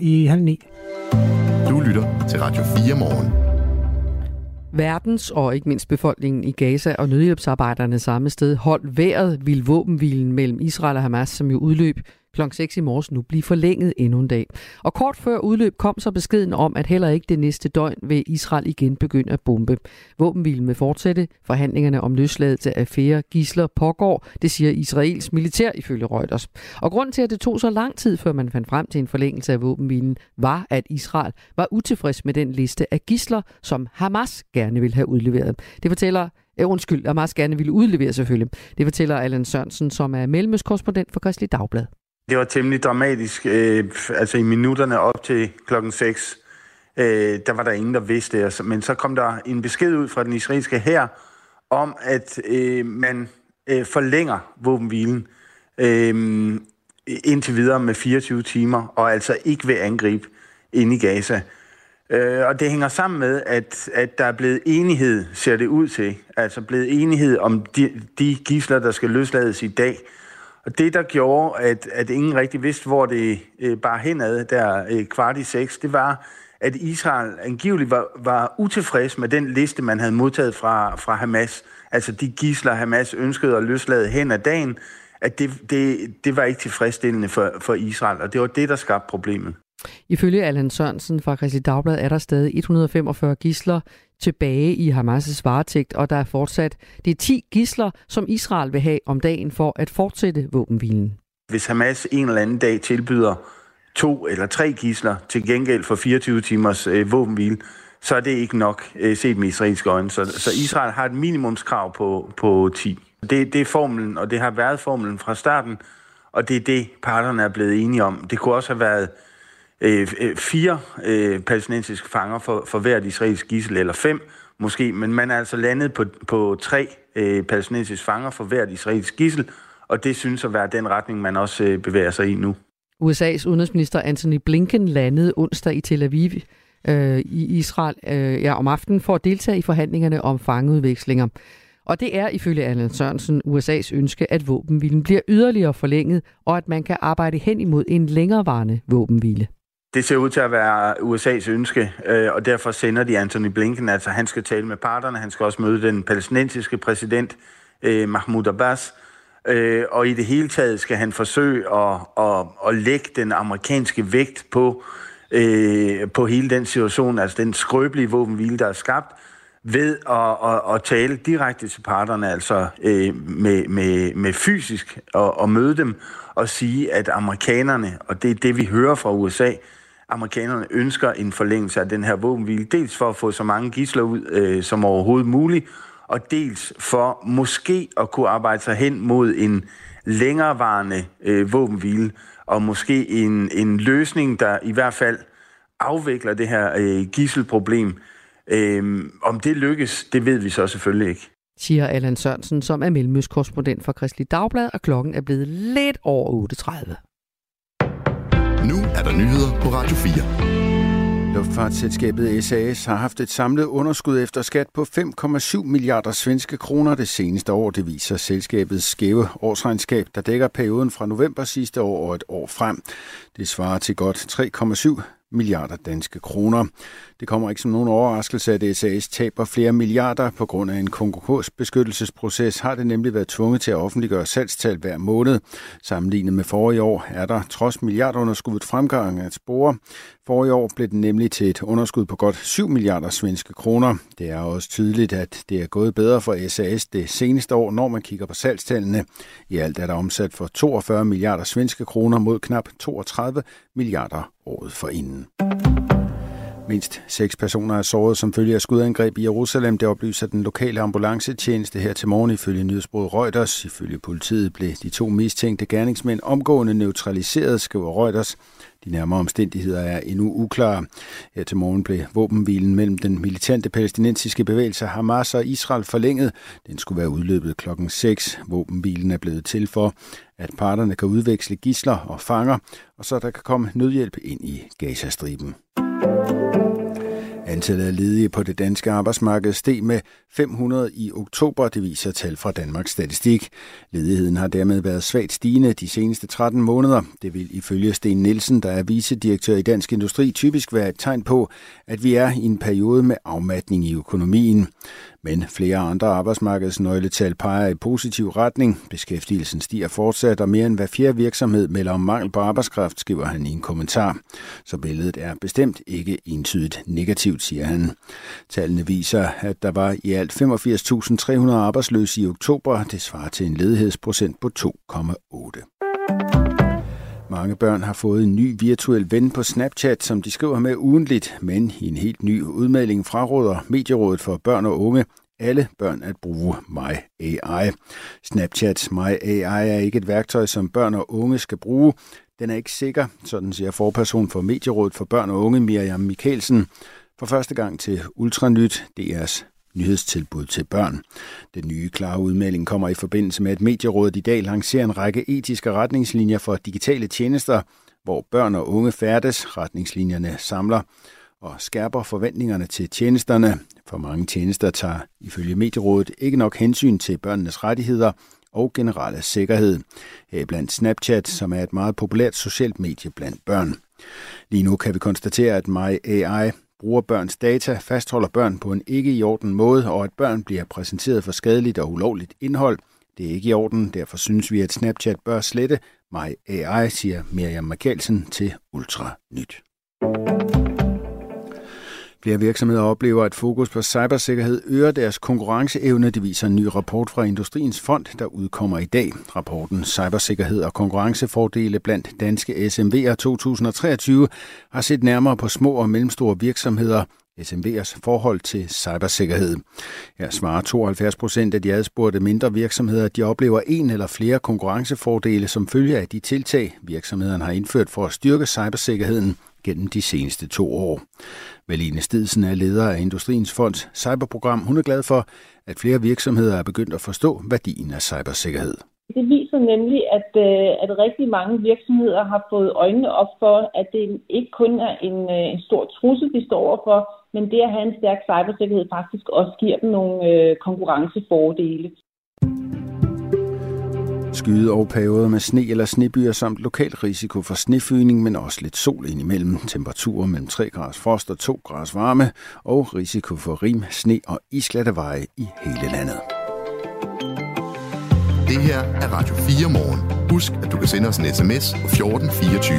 8:03. Du lytter til Radio 4 morgen. Verdens og ikke mindst befolkningen i Gaza og nødhjælpsarbejderne samme sted holdt vejret, ville våbenhvilen mellem Israel og Hamas, som jo udløb kl. 6 i morges, nu blive forlænget endnu en dag. Og kort før udløb kom så beskeden om, at heller ikke det næste døgn vil Israel igen begynde at bombe. Våbenhvilen vil fortsætte. Forhandlingerne om løsladelse af 4 gidsler pågår, det siger Israels militær ifølge Reuters. Og grunden til, at det tog så lang tid, før man fandt frem til en forlængelse af våbenhvilen, var, at Israel var utilfreds med den liste af gidsler, som Hamas gerne ville have udleveret. Det fortæller Hamas gerne ville udlevere selvfølgelig. Det fortæller Allan Sørensen, som er mellemøstkorrespondent for Kristeligt Dagblad. Det var temmelig dramatisk. Altså i minutterne op til klokken 6, der var der ingen, der vidste det. Men så kom der en besked ud fra den israelske hær om, at man forlænger våbenhvilen indtil videre med 24 timer, og altså ikke vil angribe inde i Gaza. Og det hænger sammen med, at der er blevet enighed, ser det ud til. Altså blevet enighed om de gidsler, der skal løslades i dag. Og det, der gjorde, at ingen rigtig vidste, hvor det bar henad, der 5:15, det var, at Israel angiveligt var utilfreds med den liste, man havde modtaget fra Hamas. Altså de gidsler, Hamas ønskede at løslade hen ad dagen, at det var ikke tilfredsstillende for Israel, og det var det, der skabte problemet. Ifølge Allan Sørensen fra Kristeligt Dagblad er der stadig 145 gidsler tilbage i Hamas' varetægt, og der er fortsat 10 gidsler, som Israel vil have om dagen for at fortsætte våbenhvilen. Hvis Hamas en eller anden dag tilbyder 2 eller 3 gidsler til gengæld for 24 timers våbenhvile, så er det ikke nok set med israelske øjne. Så Israel har et minimumskrav på 10. Det er formlen, og det har været formlen fra starten, og det er det, parterne er blevet enige om. Det kunne også have været 4 palæstinensiske fanger for hvert israelsk gidsel, eller 5 måske, men man er altså landet på 3 palæstinensiske fanger for hvert israelsk gidsel, og det synes at være den retning, man også bevæger sig i nu. USA's udenrigsminister Antony Blinken landede onsdag i Tel Aviv i Israel om aftenen for at deltage i forhandlingerne om fangeudvekslinger. Og det er ifølge Allan Sørensen USA's ønske, at våbenhvilen bliver yderligere forlænget, og at man kan arbejde hen imod en længerevarende våbenhvile. Det ser ud til at være USA's ønske, og derfor sender de Antony Blinken. Altså han skal tale med parterne, han skal også møde den palæstinensiske præsident Mahmoud Abbas. Og i det hele taget skal han forsøge at lægge den amerikanske vægt på hele den situation, altså den skrøbelige våbenhvile, der er skabt, ved at tale direkte til parterne, altså med fysisk og møde dem og sige, at amerikanerne, og det er det, vi hører fra USA, amerikanerne ønsker en forlængelse af den her våbenhvile, dels for at få så mange gidsler ud som overhovedet muligt, og dels for måske at kunne arbejde sig hen mod en længerevarende våbenhvile, og måske en løsning, der i hvert fald afvikler det her gidselproblem. Om det lykkes, det ved vi så selvfølgelig ikke. Siger Allan Sørensen, som er mellemøstkorrespondent for Kristeligt Dagblad, og klokken er blevet lidt over 8.30. Nu er der nyheder på Radio 4. Luftfartsselskabet SAS har haft et samlet underskud efter skat på 5,7 milliarder svenske kroner det seneste år. Det viser selskabets skæve årsregnskab, der dækker perioden fra november sidste år og et år frem. Det svarer til godt 3,7 milliarder danske kroner. Det kommer ikke som nogen overraskelse, at SAS taber flere milliarder. På grund af en konkursbeskyttelsesproces har det nemlig været tvunget til at offentliggøre salgstal hver måned. Sammenlignet med forrige år er der trods milliardunderskuddet fremgang at spore. Forrige år blev det nemlig til et underskud på godt 7 milliarder svenske kroner. Det er også tydeligt, at det er gået bedre for SAS det seneste år, når man kigger på salgstallene. I alt er der omsat for 42 milliarder svenske kroner mod knap 32 milliarder året forinden. Mindst 6 personer er såret som følge af skudangreb i Jerusalem. Det oplyser den lokale ambulancetjeneste her til morgen ifølge nyhedsbureauet Reuters. Ifølge politiet blev de 2 mistænkte gerningsmænd omgående neutraliseret, skriver Reuters. De nærmere omstændigheder er endnu uklare. Her til morgen blev våbenhvilen mellem den militante palæstinensiske bevægelse Hamas og Israel forlænget. Den skulle være udløbet klokken 6. Våbenhvilen er blevet til for, at parterne kan udveksle gidsler og fanger, og så der kan komme nødhjælp ind i Gazastriben. Antallet af ledige på det danske arbejdsmarked steg med 500 i oktober, det viser tal fra Danmarks Statistik. Ledigheden har dermed været svagt stigende de seneste 13 måneder. Det vil ifølge Sten Nielsen, der er vicedirektør i Dansk Industri, typisk være et tegn på, at vi er i en periode med afmatning i økonomien. Men flere andre arbejdsmarkedsnøgletal peger i positiv retning. Beskæftigelsen stiger fortsat, og mere end hver fjerde virksomhed melder om mangel på arbejdskraft, skriver han i en kommentar. Så billedet er bestemt ikke entydigt negativt, siger han. Tallene viser, at der var i alt 85.300 arbejdsløse i oktober. Det svarer til en ledighedsprocent på 2,8. Mange børn har fået en ny virtuel ven på Snapchat, som de skriver med ugentligt, men i en helt ny udmelding fraråder Medierådet for Børn og Unge alle børn at bruge MyAI. Snapchats MyAI er ikke et værktøj, som børn og unge skal bruge. Den er ikke sikker, sådan siger forperson for Medierådet for Børn og Unge, Miriam Mikkelsen, for første gang til Ultranyt, DR's nyhedstilbud til børn. Den nye klare udmelding kommer i forbindelse med, at Medierådet i dag lancerer en række etiske retningslinjer for digitale tjenester, hvor børn og unge færdes. Retningslinjerne samler og skærper forventningerne til tjenesterne. For mange tjenester tager ifølge Medierådet ikke nok hensyn til børnenes rettigheder og generelle sikkerhed. Heriblandt Snapchat, som er et meget populært socialt medie blandt børn. Lige nu kan vi konstatere, at MyAI bruger børns data, fastholder børn på en ikke i orden måde, og at børn bliver præsenteret for skadeligt og ulovligt indhold. Det er ikke i orden, derfor synes vi, at Snapchat bør slette MyAI, siger Miriam Mikkelsen til Ultranyt. Flere virksomheder oplever, at fokus på cybersikkerhed øger deres konkurrenceevne. Det viser en ny rapport fra Industriens Fond, der udkommer i dag. Rapporten Cybersikkerhed og konkurrencefordele blandt danske SMV'er 2023 har set nærmere på små og mellemstore virksomheder, SMV'ers forhold til cybersikkerhed. Her svarer 72% af de adspurgte mindre virksomheder, at de oplever en eller flere konkurrencefordele som følge af de tiltag, virksomhederne har indført for at styrke cybersikkerheden gennem de seneste 2 år. Malene Stidsen er leder af Industriens Fonds cyberprogram. Hun er glad for, at flere virksomheder er begyndt at forstå værdien af cybersikkerhed. Det viser nemlig, at rigtig mange virksomheder har fået øjnene op for, at det ikke kun er en stor trussel, de står overfor, men det at have en stærk cybersikkerhed faktisk også giver dem nogle konkurrencefordele. Skyde og perioder med sne eller snebyer samt lokal risiko for snefygning, men også lidt sol indimellem. Temperaturer mellem 3 graders frost og 2 graders varme, og risiko for rim, sne og isglatte veje i hele landet. Det her er Radio 4 morgen. Husk, at du kan sende os en sms på 1424.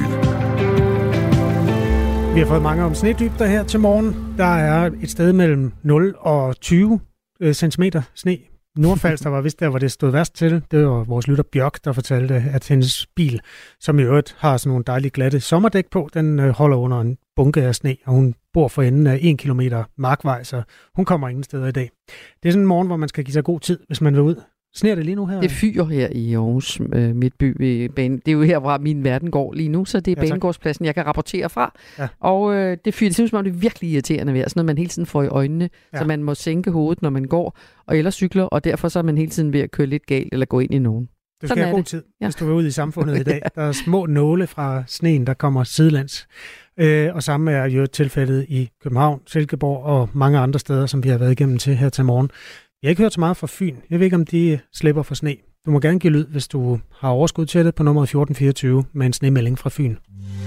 Vi har fået mange om snedybder her til morgen. Der er et sted mellem 0 og 20 centimeter sne. Nordfalster var vist der, hvor det stod værst til. Det var vores lytter Bjørk, der fortalte, at hendes bil, som i øvrigt har sådan nogle dejlige glatte sommerdæk på, den holder under en bunke af sne, og hun bor for enden af 1 kilometer markvej, så hun kommer ingen steder i dag. Det er sådan en morgen, hvor man skal give sig god tid, hvis man vil ud. Sner det lige nu her? Det fyrer her i Aarhus Midtby ved banen. Det er jo her, hvor min verden går lige nu, så det er banegårdspladsen, jeg kan rapportere fra. Ja. Og det fyrer, det synes man, det er virkelig irriterende vejr. Sådan noget, man hele tiden får i øjnene, så man må sænke hovedet, når man går og eller cykler, og derfor så er man hele tiden ved at køre lidt galt eller gå ind i nogen. Du skal have god tid, hvis du vil ud i samfundet i dag. Der er små nåle fra sneen, der kommer sidelands. Og samme er jo tilfældet i København, Silkeborg og mange andre steder, som vi har været igennem til her til morgen. Jeg har ikke hørt så meget fra Fyn. Jeg ved ikke, om de slipper for sne. Du må gerne give lyd, hvis du har overskud til det på nummer 1424 med en snemelding fra Fyn.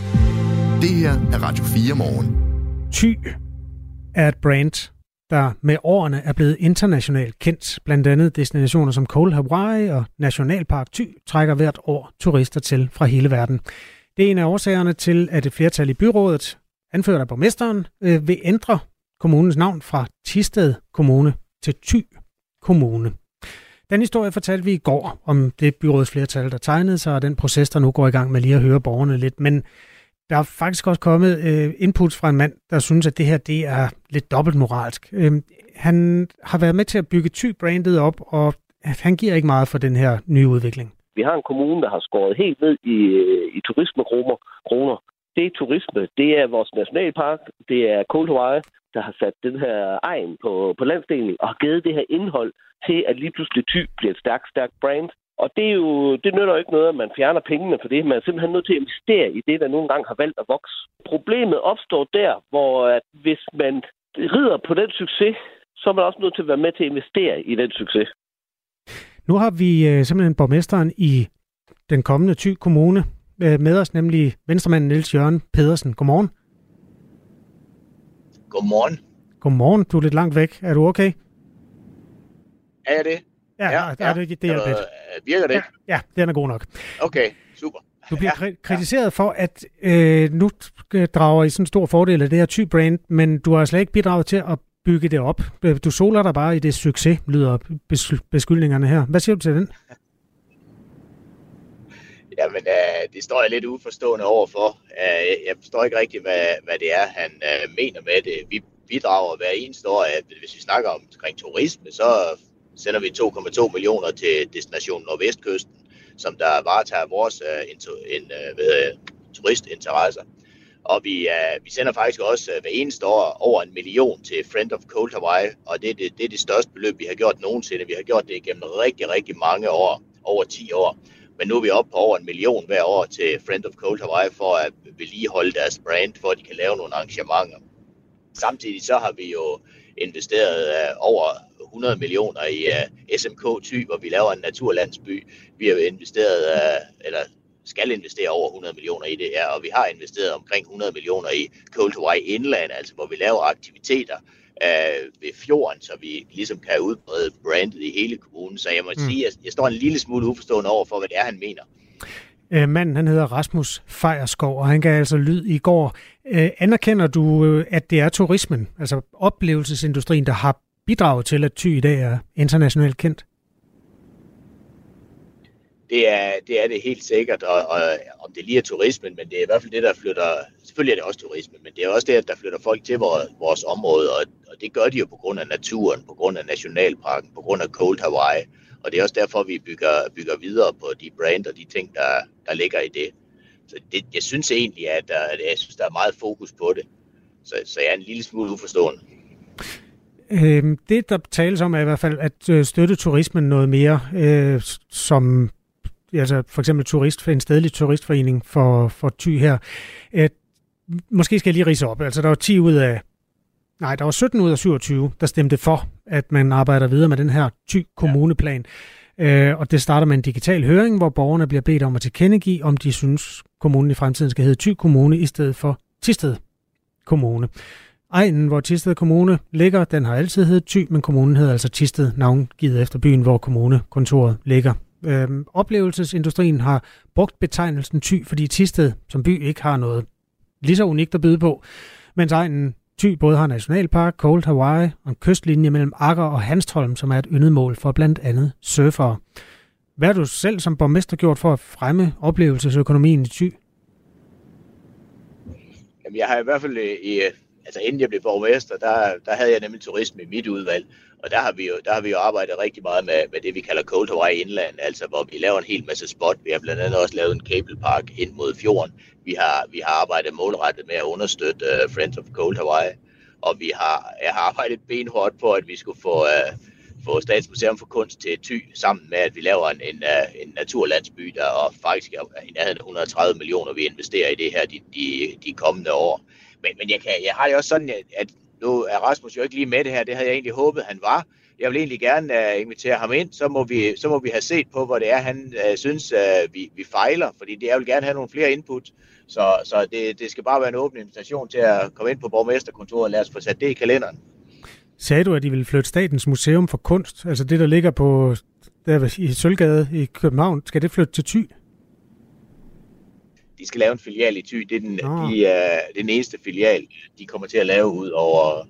Det her er Radio 4 morgen. Thy er et brand, der med årene er blevet internationalt kendt. Blandt andet destinationer som Cold Hawaii og Nationalpark Thy trækker hvert år turister til fra hele verden. Det er en af årsagerne til, at et flertal i byrådet, anført af borgmesteren, vil ændre kommunens navn fra Thisted Kommune til Thy Kommune. Den historie fortalte vi i går om det byrådsflertal, der tegnede sig, og den proces, der nu går i gang med lige at høre borgerne lidt. Men der er faktisk også kommet inputs fra en mand, der synes, at det her det er lidt dobbeltmoralsk. Han har været med til at bygge Thy-brandet op, og han giver ikke meget for den her nye udvikling. Vi har en kommune, der har skåret helt ned i turismekroner. Det er turisme. Det er vores nationalpark. Det er Cold Hawaii, der har sat den her egen på landsdelen og har givet det her indhold til, at lige pludselig Thy bliver et stærkt brand. Og det nytter jo ikke noget, at man fjerner pengene for det. Man er simpelthen nødt til at investere i det, der nogle gange har valgt at vokse. Problemet opstår der, hvor at hvis man rider på den succes, så er man også nødt til at være med til at investere i den succes. Nu har vi simpelthen borgmesteren i den kommende Thy Kommune med os, nemlig venstremanden Niels Jørgen Pedersen. Godmorgen. Godmorgen. Godmorgen. Du er lidt langt væk. Er du okay? Er jeg det? Ja. Det hjælper lidt. Virker det? Ja, den er god nok. Okay, super. Du bliver kritiseret for, at nu drager I sådan en stor fordel af det her Thy-brand, men du har slet ikke bidraget til at bygge det op. Du soler dig bare i det succes, lyder beskyldningerne her. Hvad siger du til den? Jamen, det står jeg lidt uforstående overfor. Jeg forstår ikke rigtigt, hvad det er, han mener med det. Vi bidrager hver eneste år, at hvis vi snakker omkring turisme, så sender vi 2,2 millioner til destinationen Nordvestkysten, som der varetager vores turistinteresser. Og vi sender faktisk også hver eneste år over 1 million til Friend of Cold Hawaii, og det er det største beløb, vi har gjort nogensinde. Vi har gjort det igennem rigtig mange år, over 10 år. Men nu er vi oppe på over 1 million hver år til Friend of Cold Hawaii for at vedligeholde deres brand, for at de kan lave nogle arrangementer. Samtidig så har vi jo investeret over 100 millioner i SMK Thy, hvor vi laver en naturlandsby. Vi har investeret, eller skal investere over 100 millioner i det her, og vi har investeret omkring 100 millioner i Cold Hawaii Inland, altså hvor vi laver aktiviteter ved fjorden, så vi ligesom kan udbrede brandet i hele kommunen. Så jeg må sige, at jeg står en lille smule uforstående over for, hvad det er, han mener. Manden, han hedder Rasmus Fejerskov, og han gav altså lyd i går. Anerkender du, at det er turismen, altså oplevelsesindustrien, der har bidraget til, at Thy i dag er internationalt kendt? Det er det helt sikkert, og om det lige er turismen, men det er i hvert fald det, der flytter, selvfølgelig er det også turismen, men det er også det, der flytter folk til vores område, og det gør de jo på grund af naturen, på grund af nationalparken, på grund af Cold Hawaii, og det er også derfor, vi bygger videre på de brand og de ting, der ligger i det. Så jeg synes egentlig, at der er meget fokus på det, så jeg er en lille smule uforstående. Det, der tales om, er i hvert fald at støtte turismen noget mere, som altså for eksempel en stedlig turistforening for Thy her. Måske skal jeg lige ridse op. Altså der var 17 ud af 27, der stemte for, at man arbejder videre med den her Thy kommuneplan. Og det starter med en digital høring, hvor borgerne bliver bedt om at tilkendegive, om de synes, kommunen i fremtiden skal hedde Thy Kommune i stedet for Thisted Kommune. Egnen, hvor Thisted Kommune ligger, den har altid heddet Thy, men kommunen hedder altså Thisted, navngivet efter byen, hvor kommunekontoret ligger. Oplevelsesindustrien har brugt betegnelsen Thy, fordi Thisted som by ikke har noget lige så unikt at byde på, mens egnen Thy både har nationalpark, Cold Hawaii og en kystlinje mellem Agger og Hanstholm, som er et yndet mål for blandt andet surfere. Hvad har du selv som borgmester gjort for at fremme oplevelsesøkonomien i Thy? Jamen, jeg har i hvert fald, inden jeg blev borgmester, der havde jeg nemlig turisme i mit udvalg, og der har vi jo arbejdet rigtig meget med det, vi kalder Cold Hawaii Inland, altså hvor vi laver en hel masse spot. Vi har blandt andet også lavet en cablepark ind mod fjorden. Vi har arbejdet målrettet med at understøtte Friends of Cold Hawaii, og jeg har arbejdet benhårdt på, at vi skulle få Statens Museum for Kunst til Thy, sammen med, at vi laver en naturlandsby, der og faktisk er i nærheden af 130 millioner, vi investerer i det her de kommende år. Men jeg har det også sådan, at nu er Rasmus jo ikke lige med det her. Det havde jeg egentlig håbet, han var. Jeg vil egentlig gerne invitere ham ind. Så må vi have set på, hvor det er, han synes, vi fejler. Fordi jeg vil gerne have nogle flere input. Så det skal bare være en åben invitation til at komme ind på borgmesterkontoret og lad os få sat det i kalenderen. Sagde du, at de ville flytte Statens Museum for Kunst? Altså det, der ligger på i Sølvgade i København. Skal det flytte til Thy? De skal lave en filial i Thy. Det er den eneste filial, de kommer til at lave ud over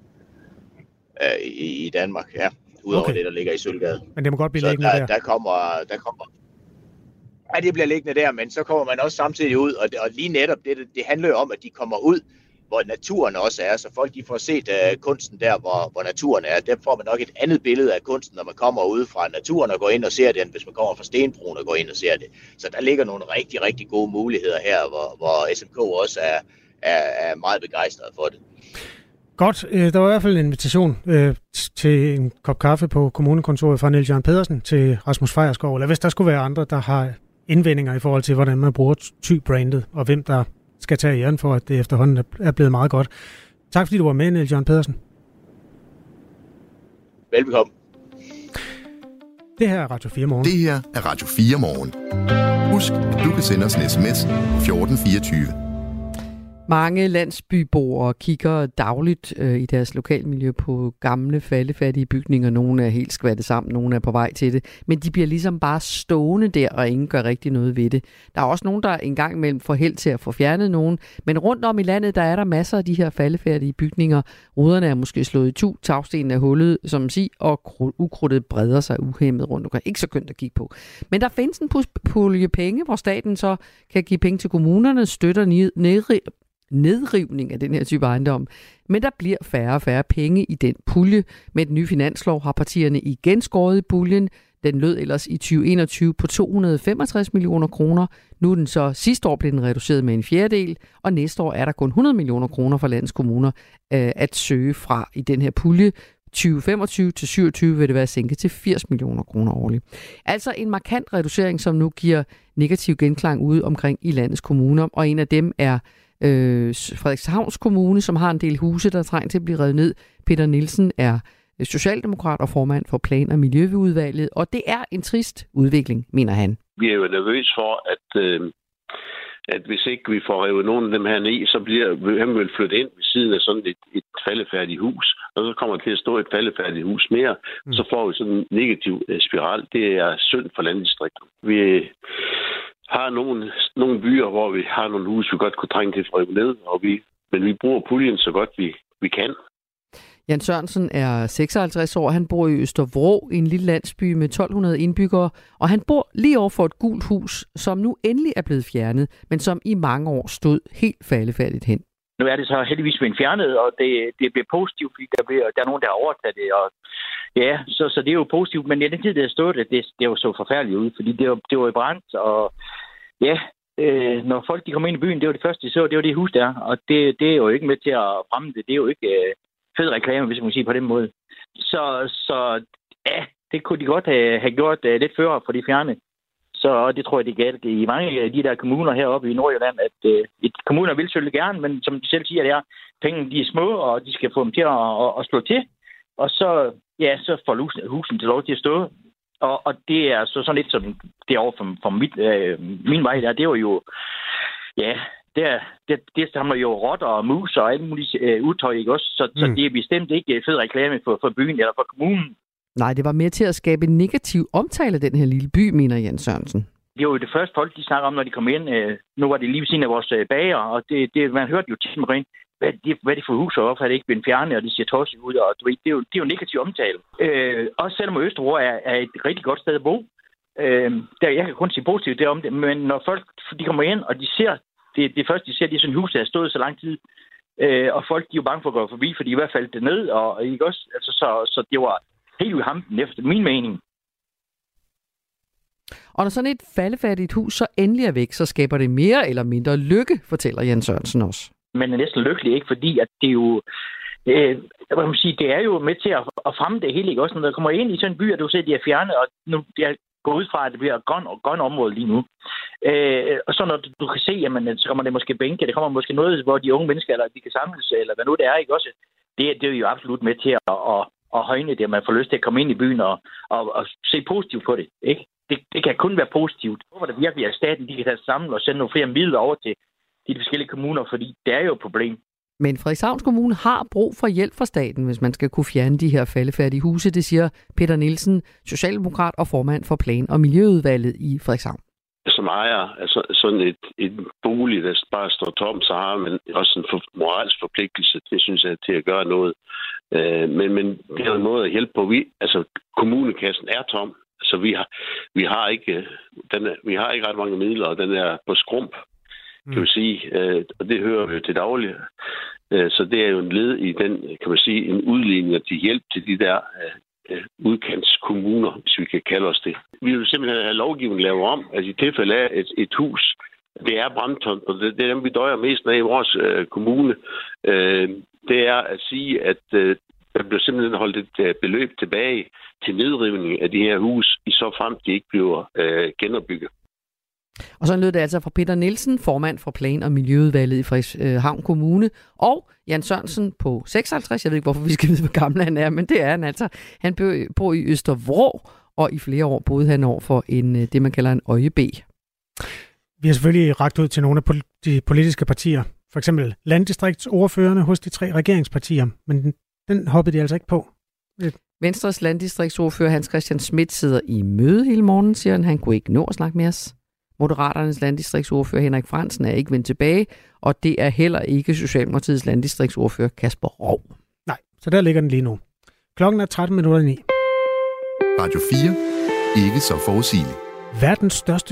i Danmark, ja. Udover det, der ligger i Sølvgade. Men det må godt blive liggende der. Der kommer... Ja, det bliver liggende der, men så kommer man også samtidig ud, og lige netop det handler jo om, at de kommer ud, hvor naturen også er, så folk de får set kunsten der, hvor naturen er. Der får man nok et andet billede af kunsten, når man kommer ud fra naturen og går ind og ser den, hvis man kommer fra Stenbroen og går ind og ser det. Så der ligger nogle rigtig, rigtig gode muligheder her, hvor SMK også er meget begejstret for det. Godt. Der var i hvert fald en invitation til en kop kaffe på kommunekontoret fra Niels Jørgen Pedersen til Rasmus Feierskov, eller hvis der skulle være andre, der har indvendinger i forhold til, hvordan man bruger Thy-brandet, og hvem der skal tage æren for, at det efterhånden er blevet meget godt. Tak fordi du var med, Niels Jørgen Pedersen. Velbekomme. Det her er Radio 4 Morgen. Det her er Radio 4 Morgen. Husk, at du kan sende os en sms 1424. Mange landsbyboere kigger dagligt i deres lokalmiljø på gamle, faldefærdige bygninger. Nogle er helt skvattet sammen, nogle er på vej til det. Men de bliver ligesom bare stående der, og ingen gør rigtig noget ved det. Der er også nogen, der engang imellem får held til at få fjernet nogen. Men rundt om i landet, der er der masser af de her faldefærdige bygninger. Ruderne er måske slået itu, tagstenen er hullet, som man siger, og ukrudtet breder sig uhæmmet rundt. Du kan ikke så kønt at kigge på. Men der findes en pulje penge, hvor staten så kan give penge til kommunerne, støtter nedrivning af den her type ejendom. Men der bliver færre og færre penge i den pulje. Med den nye finanslov har partierne igen skåret i puljen. Den lød ellers i 2021 på 265 millioner kroner. Nu er den så sidste år blev den reduceret med en fjerdedel, og næste år er der kun 100 millioner kroner for landets kommuner at søge fra i den her pulje. 2025 til 27 vil det være sænket til 80 millioner kroner årligt. Altså en markant reducering, som nu giver negativ genklang ude omkring i landets kommuner, og en af dem er Frederikshavns Kommune, som har en del huse, der er trængt til at blive revet ned. Peter Nielsen er socialdemokrat og formand for Plan- og Miljøudvalget, og det er en trist udvikling, mener han. Vi er jo nervøs for, at hvis ikke vi får revet nogen af dem her ned, så bliver han vil flytte ind ved siden af sådan et faldefærdigt hus, og så kommer der til at stå et faldefærdigt hus mere, så får vi sådan en negativ spiral. Det er synd for landdistrikterne. Vi har nogle byer, hvor vi har nogle huse, vi godt kunne trænge til at rive ned, men vi bruger puljen så godt vi kan. Jan Sørensen er 56 år. Han bor i Østervrå, i en lille landsby med 1200 indbyggere, og han bor lige over for et gult hus, som nu endelig er blevet fjernet, men som i mange år stod helt faldefærdigt hen. Nu er det så heldigvis blevet fjernet, og det bliver positivt, fordi der er nogen, der har overtaget det. Og ja, så det er jo positivt, men i den tid, det har stået, det er jo så forfærdeligt ud, fordi det var i brand, og ja, når folk de kommer ind i byen, det var det første, de så, det var det hus der, og det er jo ikke med til at fremme det. Det er jo ikke fed reklame, hvis man kan sige på den måde. Så ja, det kunne de godt have gjort lidt før for de fjerne. Så det tror jeg, det galt i mange af de der kommuner heroppe i Nordjylland, at kommuner vil selvfølgelig gerne, men som de selv siger, det er, pengene de er små, og de skal få dem til at slå til. Og så får husene til lov til at stå. Og det er så sådan lidt som det over for min vej der, det var jo, ja, det samler jo rotter og mus og alt muligt udtøj, ikke også? Så det er bestemt ikke fed reklame for byen eller for kommunen. Nej, det var med til at skabe en negativ omtale af den her lille by, mener Jan Sørensen. Det var jo det første folk, de snakker om, når de kom ind. Nu var det lige ved siden af vores bager, og man hørte jo tit med rent, hvad er det for hus, og hvorfor er det ikke blevet fjernet, og det ser tosset ud, og det er jo negativ omtale. Også selvom Østerbro er et rigtig godt sted at bo. Jeg kan kun sige positivt derom det, men når folk de kommer ind, og de ser, det første de ser, det er sådan et hus, der har stået så lang tid, og folk de er jo bange for at gå forbi, for de er i hvert fald derned, og ikke også, altså, så det var helt ud i hampen, efter min mening. Og når sådan et faldefærdigt hus så endelig er væk, så skaber det mere eller mindre lykke, fortæller Jan Sørensen også. Man er næsten lykkelig, ikke? Fordi at det er jo, hvad man sige, det er jo med til at fremme det hele, ikke? Også når der kommer ind i sådan en by, og du ser, at de er fjernet, og nu jeg går ud fra, at det bliver et grønt område lige nu. Og så når du kan se, jamen, så kommer det måske bænke, det kommer måske noget, hvor de unge mennesker, eller de kan samles, eller hvad nu det er, ikke også? Det er jo absolut med til at højne det, at man får lyst til at komme ind i byen og se positivt på det, ikke? Det kan kun være positivt. Hvorfor det virkelig er staten, de kan tage sammen og sende nogle flere midler over til de forskellige kommuner, fordi det er jo et problem. Men Frederikshavns Kommune har brug for hjælp fra staten, hvis man skal kunne fjerne de her faldefærdige huse, det siger Peter Nielsen, socialdemokrat og formand for Plan- og Miljøudvalget i Frederikshavn. Som ejer altså sådan et bolig, der bare står tom, så har man også en moralsk forpligtelse, det synes jeg, til at gøre noget. Men det er en måde at hjælpe på. Kommunekassen er tom. Så vi har ikke ret mange midler, og den er på skrump, kan man sige. Og det hører vi til daglig. Så det er jo en led i den, kan man sige, en udligning til hjælp til de der udkantskommuner, hvis vi kan kalde os det. Vi vil simpelthen have lovgivningen lavet om, at i tilfælde af et hus, det er brandtomt, og det er dem, vi døjer mest med i vores kommune. Det er at sige, at der bliver simpelthen holdt et beløb tilbage til nedrivning af de her hus, i så frem de ikke bliver genopbygget. Og så lød det altså fra Peter Nielsen, formand for Plan- og Miljøudvalget i Frederikshavn Kommune, og Jan Sørensen på 56. Jeg ved ikke, hvorfor vi skal vide, hvor gammel han er, men det er han altså. Han bor i Østervrå, og i flere år boede han over for det, man kalder en øjeb. Vi har selvfølgelig rakt ud til nogle af de politiske partier, for eksempel landdistriktsordførerne hos de 3 regeringspartier, men den hoppede de altså ikke på. Venstres landdistriktsordfører Hans Christian Schmidt sidder i møde hele morgen, siger han. Han kunne ikke nå at snakke med os. Moderaternes landdistriktsordfører Henrik Frandsen er ikke vendt tilbage, og det er heller ikke Socialdemokratiets landdistriktsordfører Kasper Rov. Nej, så der ligger den lige nu. Klokken er 13:09. Radio 4. Ikke så forudsigeligt. Verdens største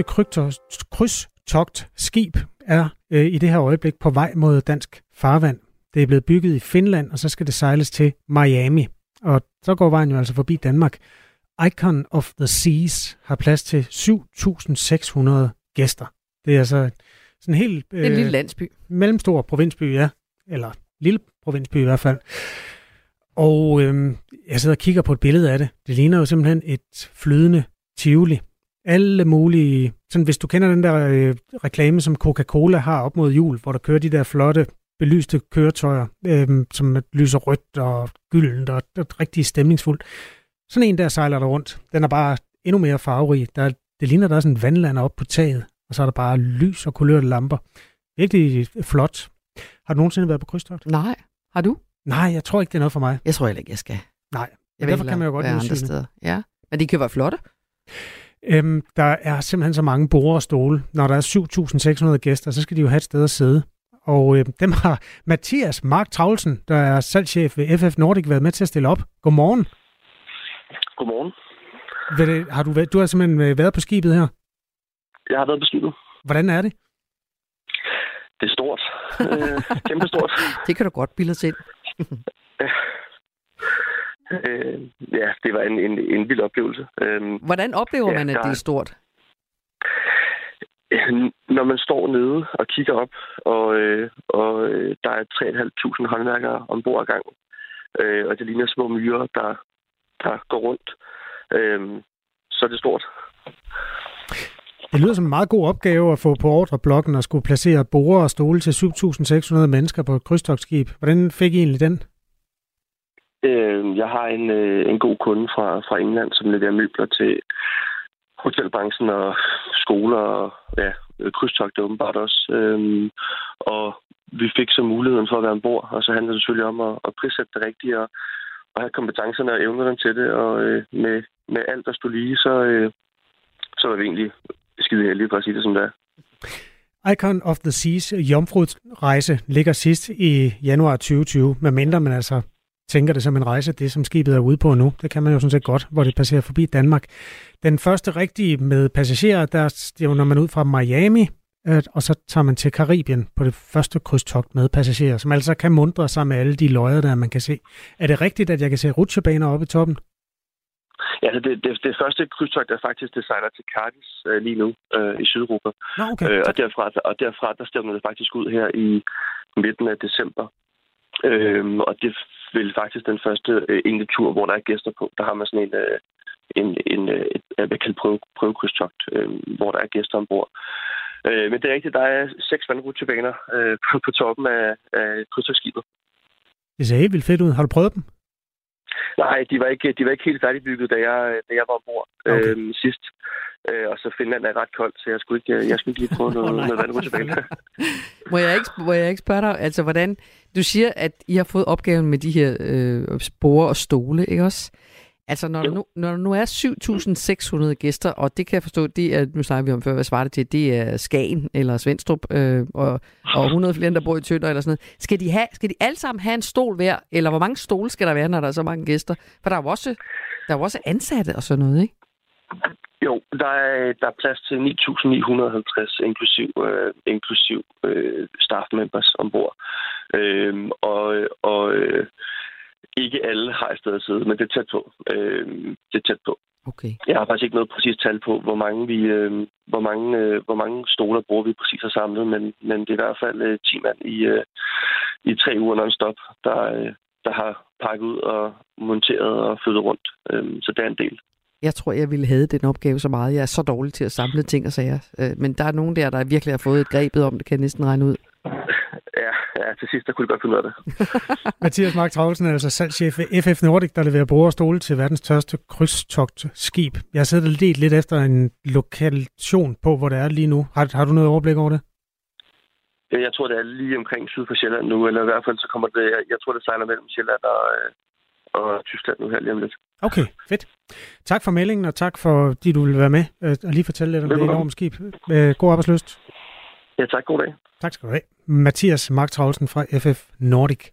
krydstogtskib er i det her øjeblik på vej mod dansk farvand. Det er blevet bygget i Finland, og så skal det sejles til Miami. Og så går vejen jo altså forbi Danmark. Icon of the Seas har plads til 7.600 gæster. Det er altså sådan en helt... en lille landsby. Mellemstor provinsby, ja. Eller lille provinsby i hvert fald. Og jeg sidder og kigger på et billede af det. Det ligner jo simpelthen et flydende Tivoli. Alle mulige... Sådan, hvis du kender den der reklame, som Coca-Cola har op mod jul, hvor der kører de der flotte, belyste køretøjer, som lyser rødt og gyldent og rigtig stemningsfuldt. Sådan en der sejler der rundt. Den er bare endnu mere farverig. Det ligner, der er sådan en vandlander op på taget, og så er der bare lys og kulørte lamper. Virkelig flot. Har du nogensinde været på krydstogt? Nej. Har du? Nej, jeg tror ikke, det er noget for mig. Jeg tror heller ikke, jeg skal. Nej, derfor kan man jo godt andre steder. Ja, men de kan være flotte. Der er simpelthen så mange borde og stole. Når der er 7.600 gæster, så skal de jo have et sted at sidde. Og dem har Mathias Mark Traulsen, der er salgschef ved FF Nordic, været med til at stille op. Godmorgen. Godmorgen. Du har simpelthen været på skibet her? Jeg har været på skibet. Hvordan er det? Det er stort. Kæmpe stort. Det kan du godt bilde os ind. Ja, det var en vild oplevelse. Hvordan oplever man, at det er stort? Når man står nede og kigger op, og der er 3.500 håndværkere ombord ad gangen, og det ligner små myrer, der går rundt, så er det stort. Det lyder som en meget god opgave at få på ordreblokken og skulle placere borde og stole til 7.600 mennesker på et krydstogtskib. Hvordan fik I egentlig den? Jeg har en god kunde fra England, som leverer møbler til hotelbranchen og skoler og krydstogt åbenbart også. Og vi fik så muligheden for at være ombord, og så handler det selvfølgelig om at prissætte det rigtigt og have kompetencerne og evnerne til det. Og med alt, der stod lige, så var vi egentlig skide heldige for at sige det som det er. Icon of the Seas jomfrurejse ligger sidst i januar 2020, medmindre man altså tænker det som en rejse, det som skibet er ude på nu. Det kan man jo sådan set godt, hvor det passerer forbi Danmark. Den første rigtige med passagerer, der stævner man ud fra Miami, og så tager man til Karibien på det første krydstogt med passagerer, som altså kan muntre sig med alle de løjer, der man kan se. Er det rigtigt, at jeg kan se rutsjebaner oppe i toppen? Ja, altså det første krydstogt er faktisk, det sejler til Cadiz lige nu i Sydeuropa. Nå, okay. Og derfra der stævner det faktisk ud her i midten af december. Og det vil faktisk den første egentlig tur, hvor der er gæster på. Der har man sådan et prøvekrydstogt, hvor der er gæster ombord. Men det er rigtigt, der er 6 vandrutsjebaner på toppen af krydstogtskibet. Det ser helt vildt fedt ud. Har du prøvet dem? Nej, de var ikke helt færdigbygget, da jeg var ombord sidst. Og så Finland er ret koldt, så jeg skulle ikke lige prøve noget vandrutsjebane. Må jeg ikke spørge dig, altså hvordan... Du siger, at I har fået opgaven med de her spore og stole, ikke også? Altså, når der nu er 7.600 gæster, og det kan jeg forstå, det er, nu snakker vi om før, hvad svarer det til, det er Skagen eller Svendstrup, og 100 flere, der bor i Tønder eller sådan noget. Skal de alle sammen have en stol hver, eller hvor mange stole skal der være, når der er så mange gæster? For der er jo også ansatte og sådan noget, ikke? Jo, der er plads til 9.950 inklusiv staff members ombord. Ikke alle har et sted at sidde, men det er tæt på. Okay. Jeg har faktisk ikke noget præcist tal på, hvor mange stoler bruger vi præcis har samlet, men det er i hvert fald 10 mand i 3 uger non-stop, der har pakket ud og monteret og flyttet rundt. Så det er en del. Jeg tror, jeg ville have den opgave så meget. Jeg er så dårlig til at samle ting og sager. Men der er nogen der virkelig har fået et grebet om, det kan jeg næsten regne ud. Ja, til sidst, der kunne du godt finde ud af det. Mathias Mark Troelsen er altså salgschef ved FF Nordic, der leverer borde og stole til verdens største krydstogtskib. Jeg har siddet og let lidt efter en lokation på, hvor det er lige nu. Har du noget overblik over det? Jeg tror, det er lige omkring syd for Sjælland nu, eller i hvert fald så kommer det, jeg tror, det sejler mellem Sjælland og Tyskland nu her lige om lidt. Okay, fedt. Tak for meldingen, og tak for, at du vil være med og lige fortælle lidt om det enorme skib. God arbejdslyst. Ja, tak. God dag. Tak skal du have. Mathias Mark Troelsen fra FF Nordic.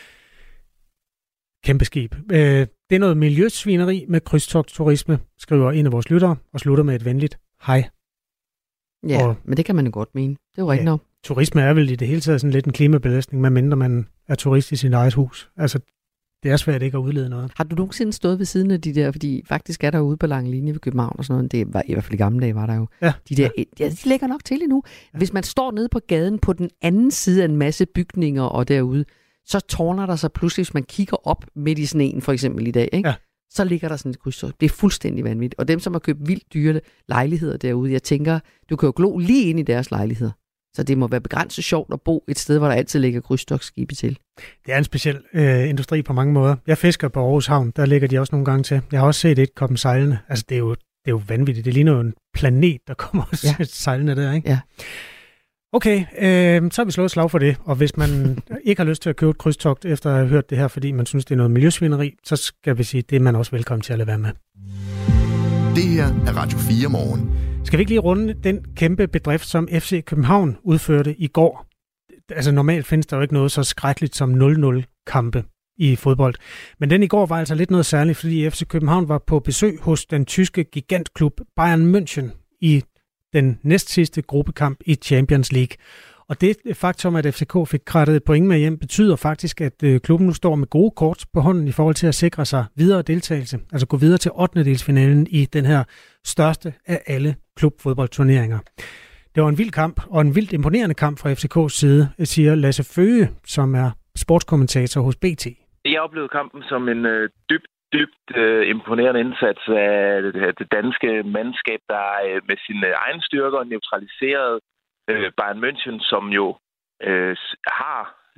Kæmpe skib. Det er noget miljøsvineri med krydstogtturisme, skriver en af vores lyttere, og slutter med et venligt hej. Ja, men det kan man jo godt mene. Det er jo rigtigt nok. Turisme er vel i det hele taget sådan lidt en klimabelastning, medmindre man er turist i sin eget hus. Altså, det er svært ikke at udlede noget. Har du nogensinde stået ved siden af de der, fordi faktisk er der ude på Lange Linje ved København og sådan noget, det var i hvert fald i gamle dage var der jo. Ja. De ligger nok til endnu. Ja. Hvis man står nede på gaden på den anden side af en masse bygninger og derude, så tårner der sig pludselig, hvis man kigger op midt i sneen for eksempel i dag, ikke? Ja. Så ligger der sådan et krydstogt. Det er fuldstændig vanvittigt. Og dem, som har købt vildt dyre lejligheder derude, jeg tænker, du kan jo glo lige ind i deres lejligheder. Så det må være begrænset sjovt at bo et sted, hvor der altid ligger krydstogtskibe til. Det er en speciel industri på mange måder. Jeg fisker på Aarhus Havn, der ligger de også nogle gange til. Jeg har også set et komme sejlende. Altså, det er jo vanvittigt. Det ligner jo en planet, der kommer sejlende der, ikke? Ja. Okay, så har vi slået slag for det. Og hvis man ikke har lyst til at købe et krydstogt, efter at have hørt det her, fordi man synes, det er noget miljøsvineri, så skal vi sige, det er man også velkommen til at lade være med. Det her er Radio 4 Morgen. Skal vi ikke lige runde den kæmpe bedrift, som FC København udførte i går? Altså normalt findes der jo ikke noget så skrækkeligt som 0-0-kampe i fodbold. Men den i går var altså lidt noget særligt, fordi FC København var på besøg hos den tyske gigantklub Bayern München i den næstsidste gruppekamp i Champions League. Og det faktum, at FCK fik krattet et point med hjem, betyder faktisk, at klubben nu står med gode kort på hånden i forhold til at sikre sig videre deltagelse. Altså gå videre til 8. i den her største af alle klubfodboldturneringer. Det var en vild kamp, og en vildt imponerende kamp fra FCK's side, siger Lasse Føge, som er sportskommentator hos BT. Jeg oplevede kampen som en dybt imponerende indsats af det danske mandskab, der med sine egne styrker neutraliseret Bayern München, som jo har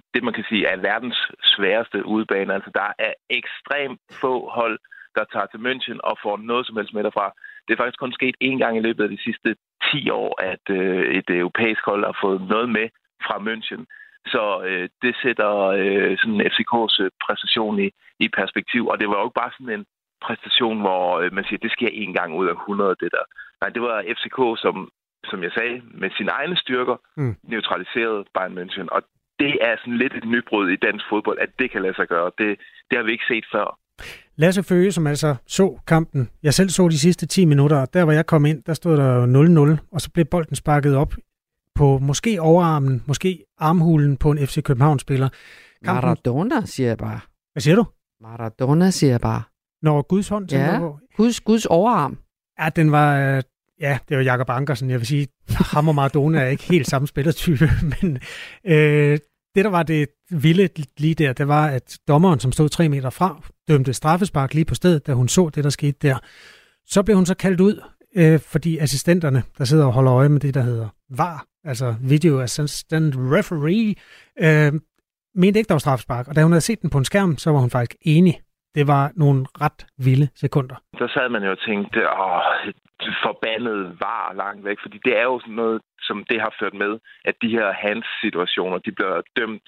det, man kan sige, er verdens sværeste udebane. Altså, der er ekstremt få hold, der tager til München og får noget som helst med derfra. Det er faktisk kun sket én gang i løbet af de sidste 10 år, at et europæisk hold har fået noget med fra München. Så det sætter sådan FCK's præstation i perspektiv. Og det var jo ikke bare sådan en præstation, hvor man siger, det sker én gang ud af 100, det der. Nej, det var FCK, som jeg sagde, med sine egne styrker, neutraliserede Bayern München. Og det er sådan lidt et nybrud i dansk fodbold, at det kan lade sig gøre. Det har vi ikke set før. Lasse Føge, som altså så kampen. Jeg selv så de sidste 10 minutter, og der hvor jeg kom ind, der stod der 0-0, og så blev bolden sparket op på måske overarmen, måske armhulen på en FC København-spiller. Maradona, siger jeg bare. Hvad siger du? Maradona, siger jeg bare. Når Guds hånd tænker på? Guds overarm. Ja, den var... det var Jakob Ankersen. Jeg vil sige, ham og Maradona er ikke helt samme spillertype, men det, der var det vilde lige der, det var, at dommeren, som stod 3 meter fra, dømte straffespark lige på stedet, da hun så det, der skete der. Så blev hun så kaldt ud, fordi assistenterne, der sidder og holder øje med det, der hedder VAR, altså Video Assistant Referee, mente ikke, der var straffespark. Og da hun havde set den på en skærm, så var hun faktisk enig. Det var nogle ret vilde sekunder. Der sad man jo og tænkte, forbandet VAR langt væk, fordi det er jo sådan noget, som det har ført med, at de her hands-situationer, de bliver dømt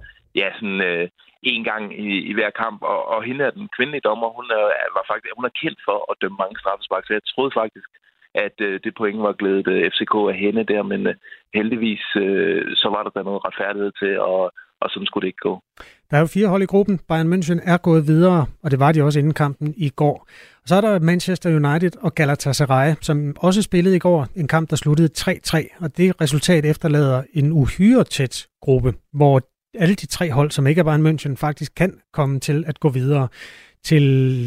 en gang i hver kamp, og hende er den kvindelige dommer, hun er kendt for at dømme mange straffespark, så jeg troede faktisk, at det point var glædet FCK af hende der, men heldigvis så var der noget retfærdighed til, og sådan skulle det ikke gå. Der er jo 4 hold i gruppen. Bayern München er gået videre, og det var de også inden kampen i går. Og så er der Manchester United og Galatasaray, som også spillede i går en kamp, der sluttede 3-3. Og det resultat efterlader en uhyre tæt gruppe, hvor alle de 3 hold, som ikke er Bayern München, faktisk kan komme til at gå videre til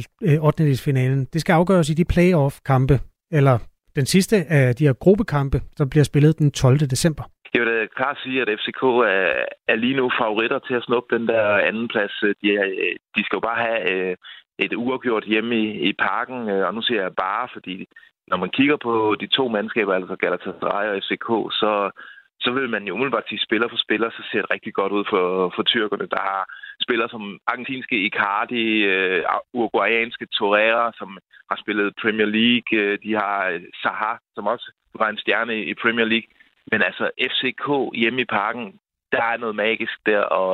8. Det skal afgøres i de playoff-kampe, eller den sidste af de her gruppekampe, der bliver spillet den 12. december. Jeg vil da klart sige, at FCK er lige nu favoritter til at snuppe den der anden plads. De skal jo bare have et uafgjort hjemme i parken, og nu siger jeg bare, fordi når man kigger på de 2 mandskaber, altså Galatasaray og FCK, så vil man jo umiddelbart sige spiller for spiller, så ser det rigtig godt ud for tyrkerne. Der har spillere som argentinske Icardi, uruguayanske Torreira, som har spillet Premier League. De har Zaha, som også var en stjerne i Premier League. Men altså FCK hjemme i parken, der er noget magisk der, og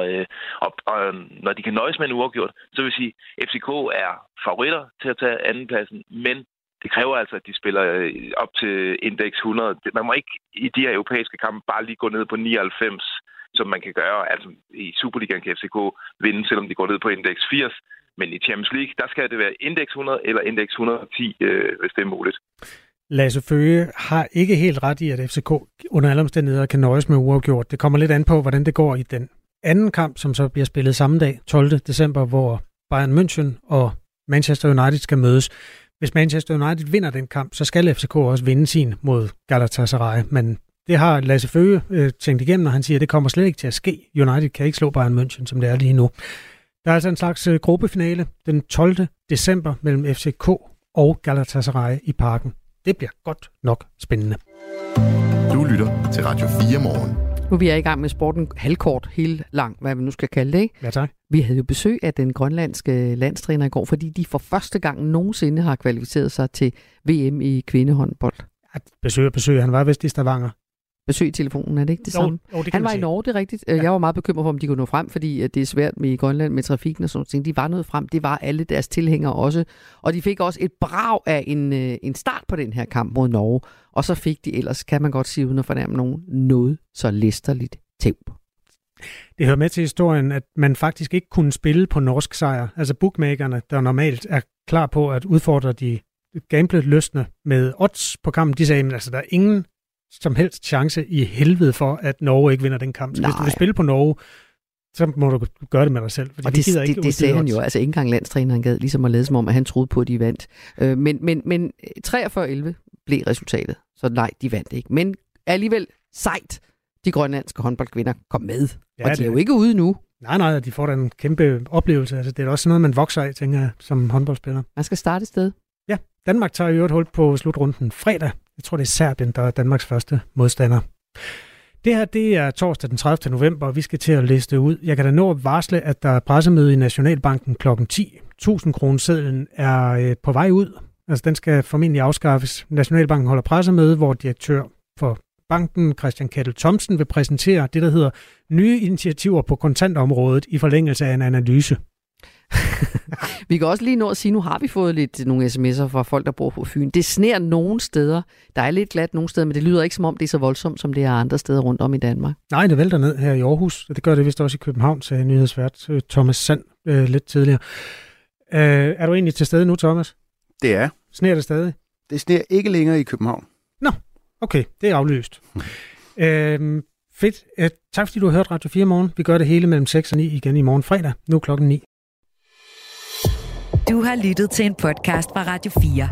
når de kan nøjes med en uafgjort, så vil jeg sige, at FCK er favoritter til at tage andenpladsen, men det kræver altså, at de spiller op til indeks 100. Man må ikke i de her europæiske kampe bare lige gå ned på 99, som man kan gøre. Altså i Superligaen kan FCK vinde, selvom de går ned på indeks 80. Men i Champions League, der skal det være indeks 100 eller indeks 110, hvis det er muligt. Lasse Føge har ikke helt ret i, at FCK under alle omstændigheder kan nøjes med uafgjort. Det kommer lidt an på, hvordan det går i den anden kamp, som så bliver spillet samme dag, 12. december, hvor Bayern München og Manchester United skal mødes. Hvis Manchester United vinder den kamp, så skal FCK også vinde sin mod Galatasaray. Men det har Lasse Føge tænkt igennem, og han siger, at det kommer slet ikke til at ske. United kan ikke slå Bayern München, som det er lige nu. Der er altså en slags gruppefinale den 12. december mellem FCK og Galatasaray i parken. Det bliver godt nok spændende. Du lytter til Radio 4 morgen. Nu vi er i gang med sporten halvkort, helt lang, hvad vi nu skal kalde det, ikke? Ja, tak. Vi havde jo besøg af den grønlandske landstræner i går, fordi de for første gang nogensinde har kvalificeret sig til VM i kvindehåndbold. Ja, besøg. Han var vist i Stavanger. Besøg i telefonen, er det ikke det samme? Han var i Norge, det er rigtigt. Ja. Jeg var meget bekymret for, om de kunne nå frem, fordi det er svært med i Grønland med trafikken og sådan noget. De var nået frem, det var alle deres tilhængere også. Og de fik også et brag af en start på den her kamp mod Norge. Og så fik de ellers, kan man godt sige uden at fornærme nogen, noget så læsterligt tæv. Det hører med til historien, at man faktisk ikke kunne spille på norsk sejr. Altså bookmakerne, der normalt er klar på at udfordre de gamblet-lystne med odds på kampen, de sagde, at altså, der er ingen som helst chance i helvede for, at Norge ikke vinder den kamp. Så hvis du vil spille på Norge, så må du gøre det med dig selv. Og det sagde han jo. Altså ikke engang landstræneren gad ligesom at lade som om, at han troede på, at de vandt. Men 43-11 blev resultatet. Så nej, de vandt ikke. Men alligevel sejt, de grønlandske håndboldkvinder kom med. Ja, og de er jo ikke ude nu. Nej, de får da en kæmpe oplevelse. Altså, det er også noget, man vokser af, tænker jeg, som håndboldspiller. Man skal starte et sted. Ja, Danmark tager jo et hul på slutrunden fredag. Jeg tror, det er Serbien, der er Danmarks første modstander. Det her, det er torsdag den 30. november, og vi skal til at liste ud. Jeg kan da nå at varsle, at der er pressemøde i Nationalbanken kl. 10. 1000 kronesedlen er på vej ud. Altså, den skal formentlig afskaffes. Nationalbanken holder pressemøde, hvor direktør for banken, Christian Kettel Thomsen, vil præsentere det, der hedder nye initiativer på kontantområdet i forlængelse af en analyse. Vi kan også lige nå at sige, nu har vi fået nogle sms'er fra folk, der bor på Fyn. Det sner nogle steder. Der er lidt glat nogle steder, men det lyder ikke som om, det er så voldsomt, som det er andre steder rundt om i Danmark. Nej, det vælter ned her i Aarhus. Det gør det vist også i København, sagde nyhedsvært Thomas Sand lidt tidligere. Er du egentlig til stede nu, Thomas? Det er. Sner det stadig? Det sner ikke længere i København. Nå, okay. Det er aflyst. Fedt. Tak fordi du har hørt Radio 4 morgen. Vi gør det hele mellem 6 og 9 igen i morgen fredag. Nu klokken 9. Du har lyttet til en podcast fra Radio 4.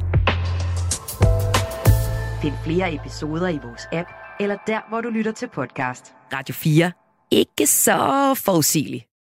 Find flere episoder i vores app, eller der, hvor du lytter til podcast. Radio 4. Ikke så forudsigeligt.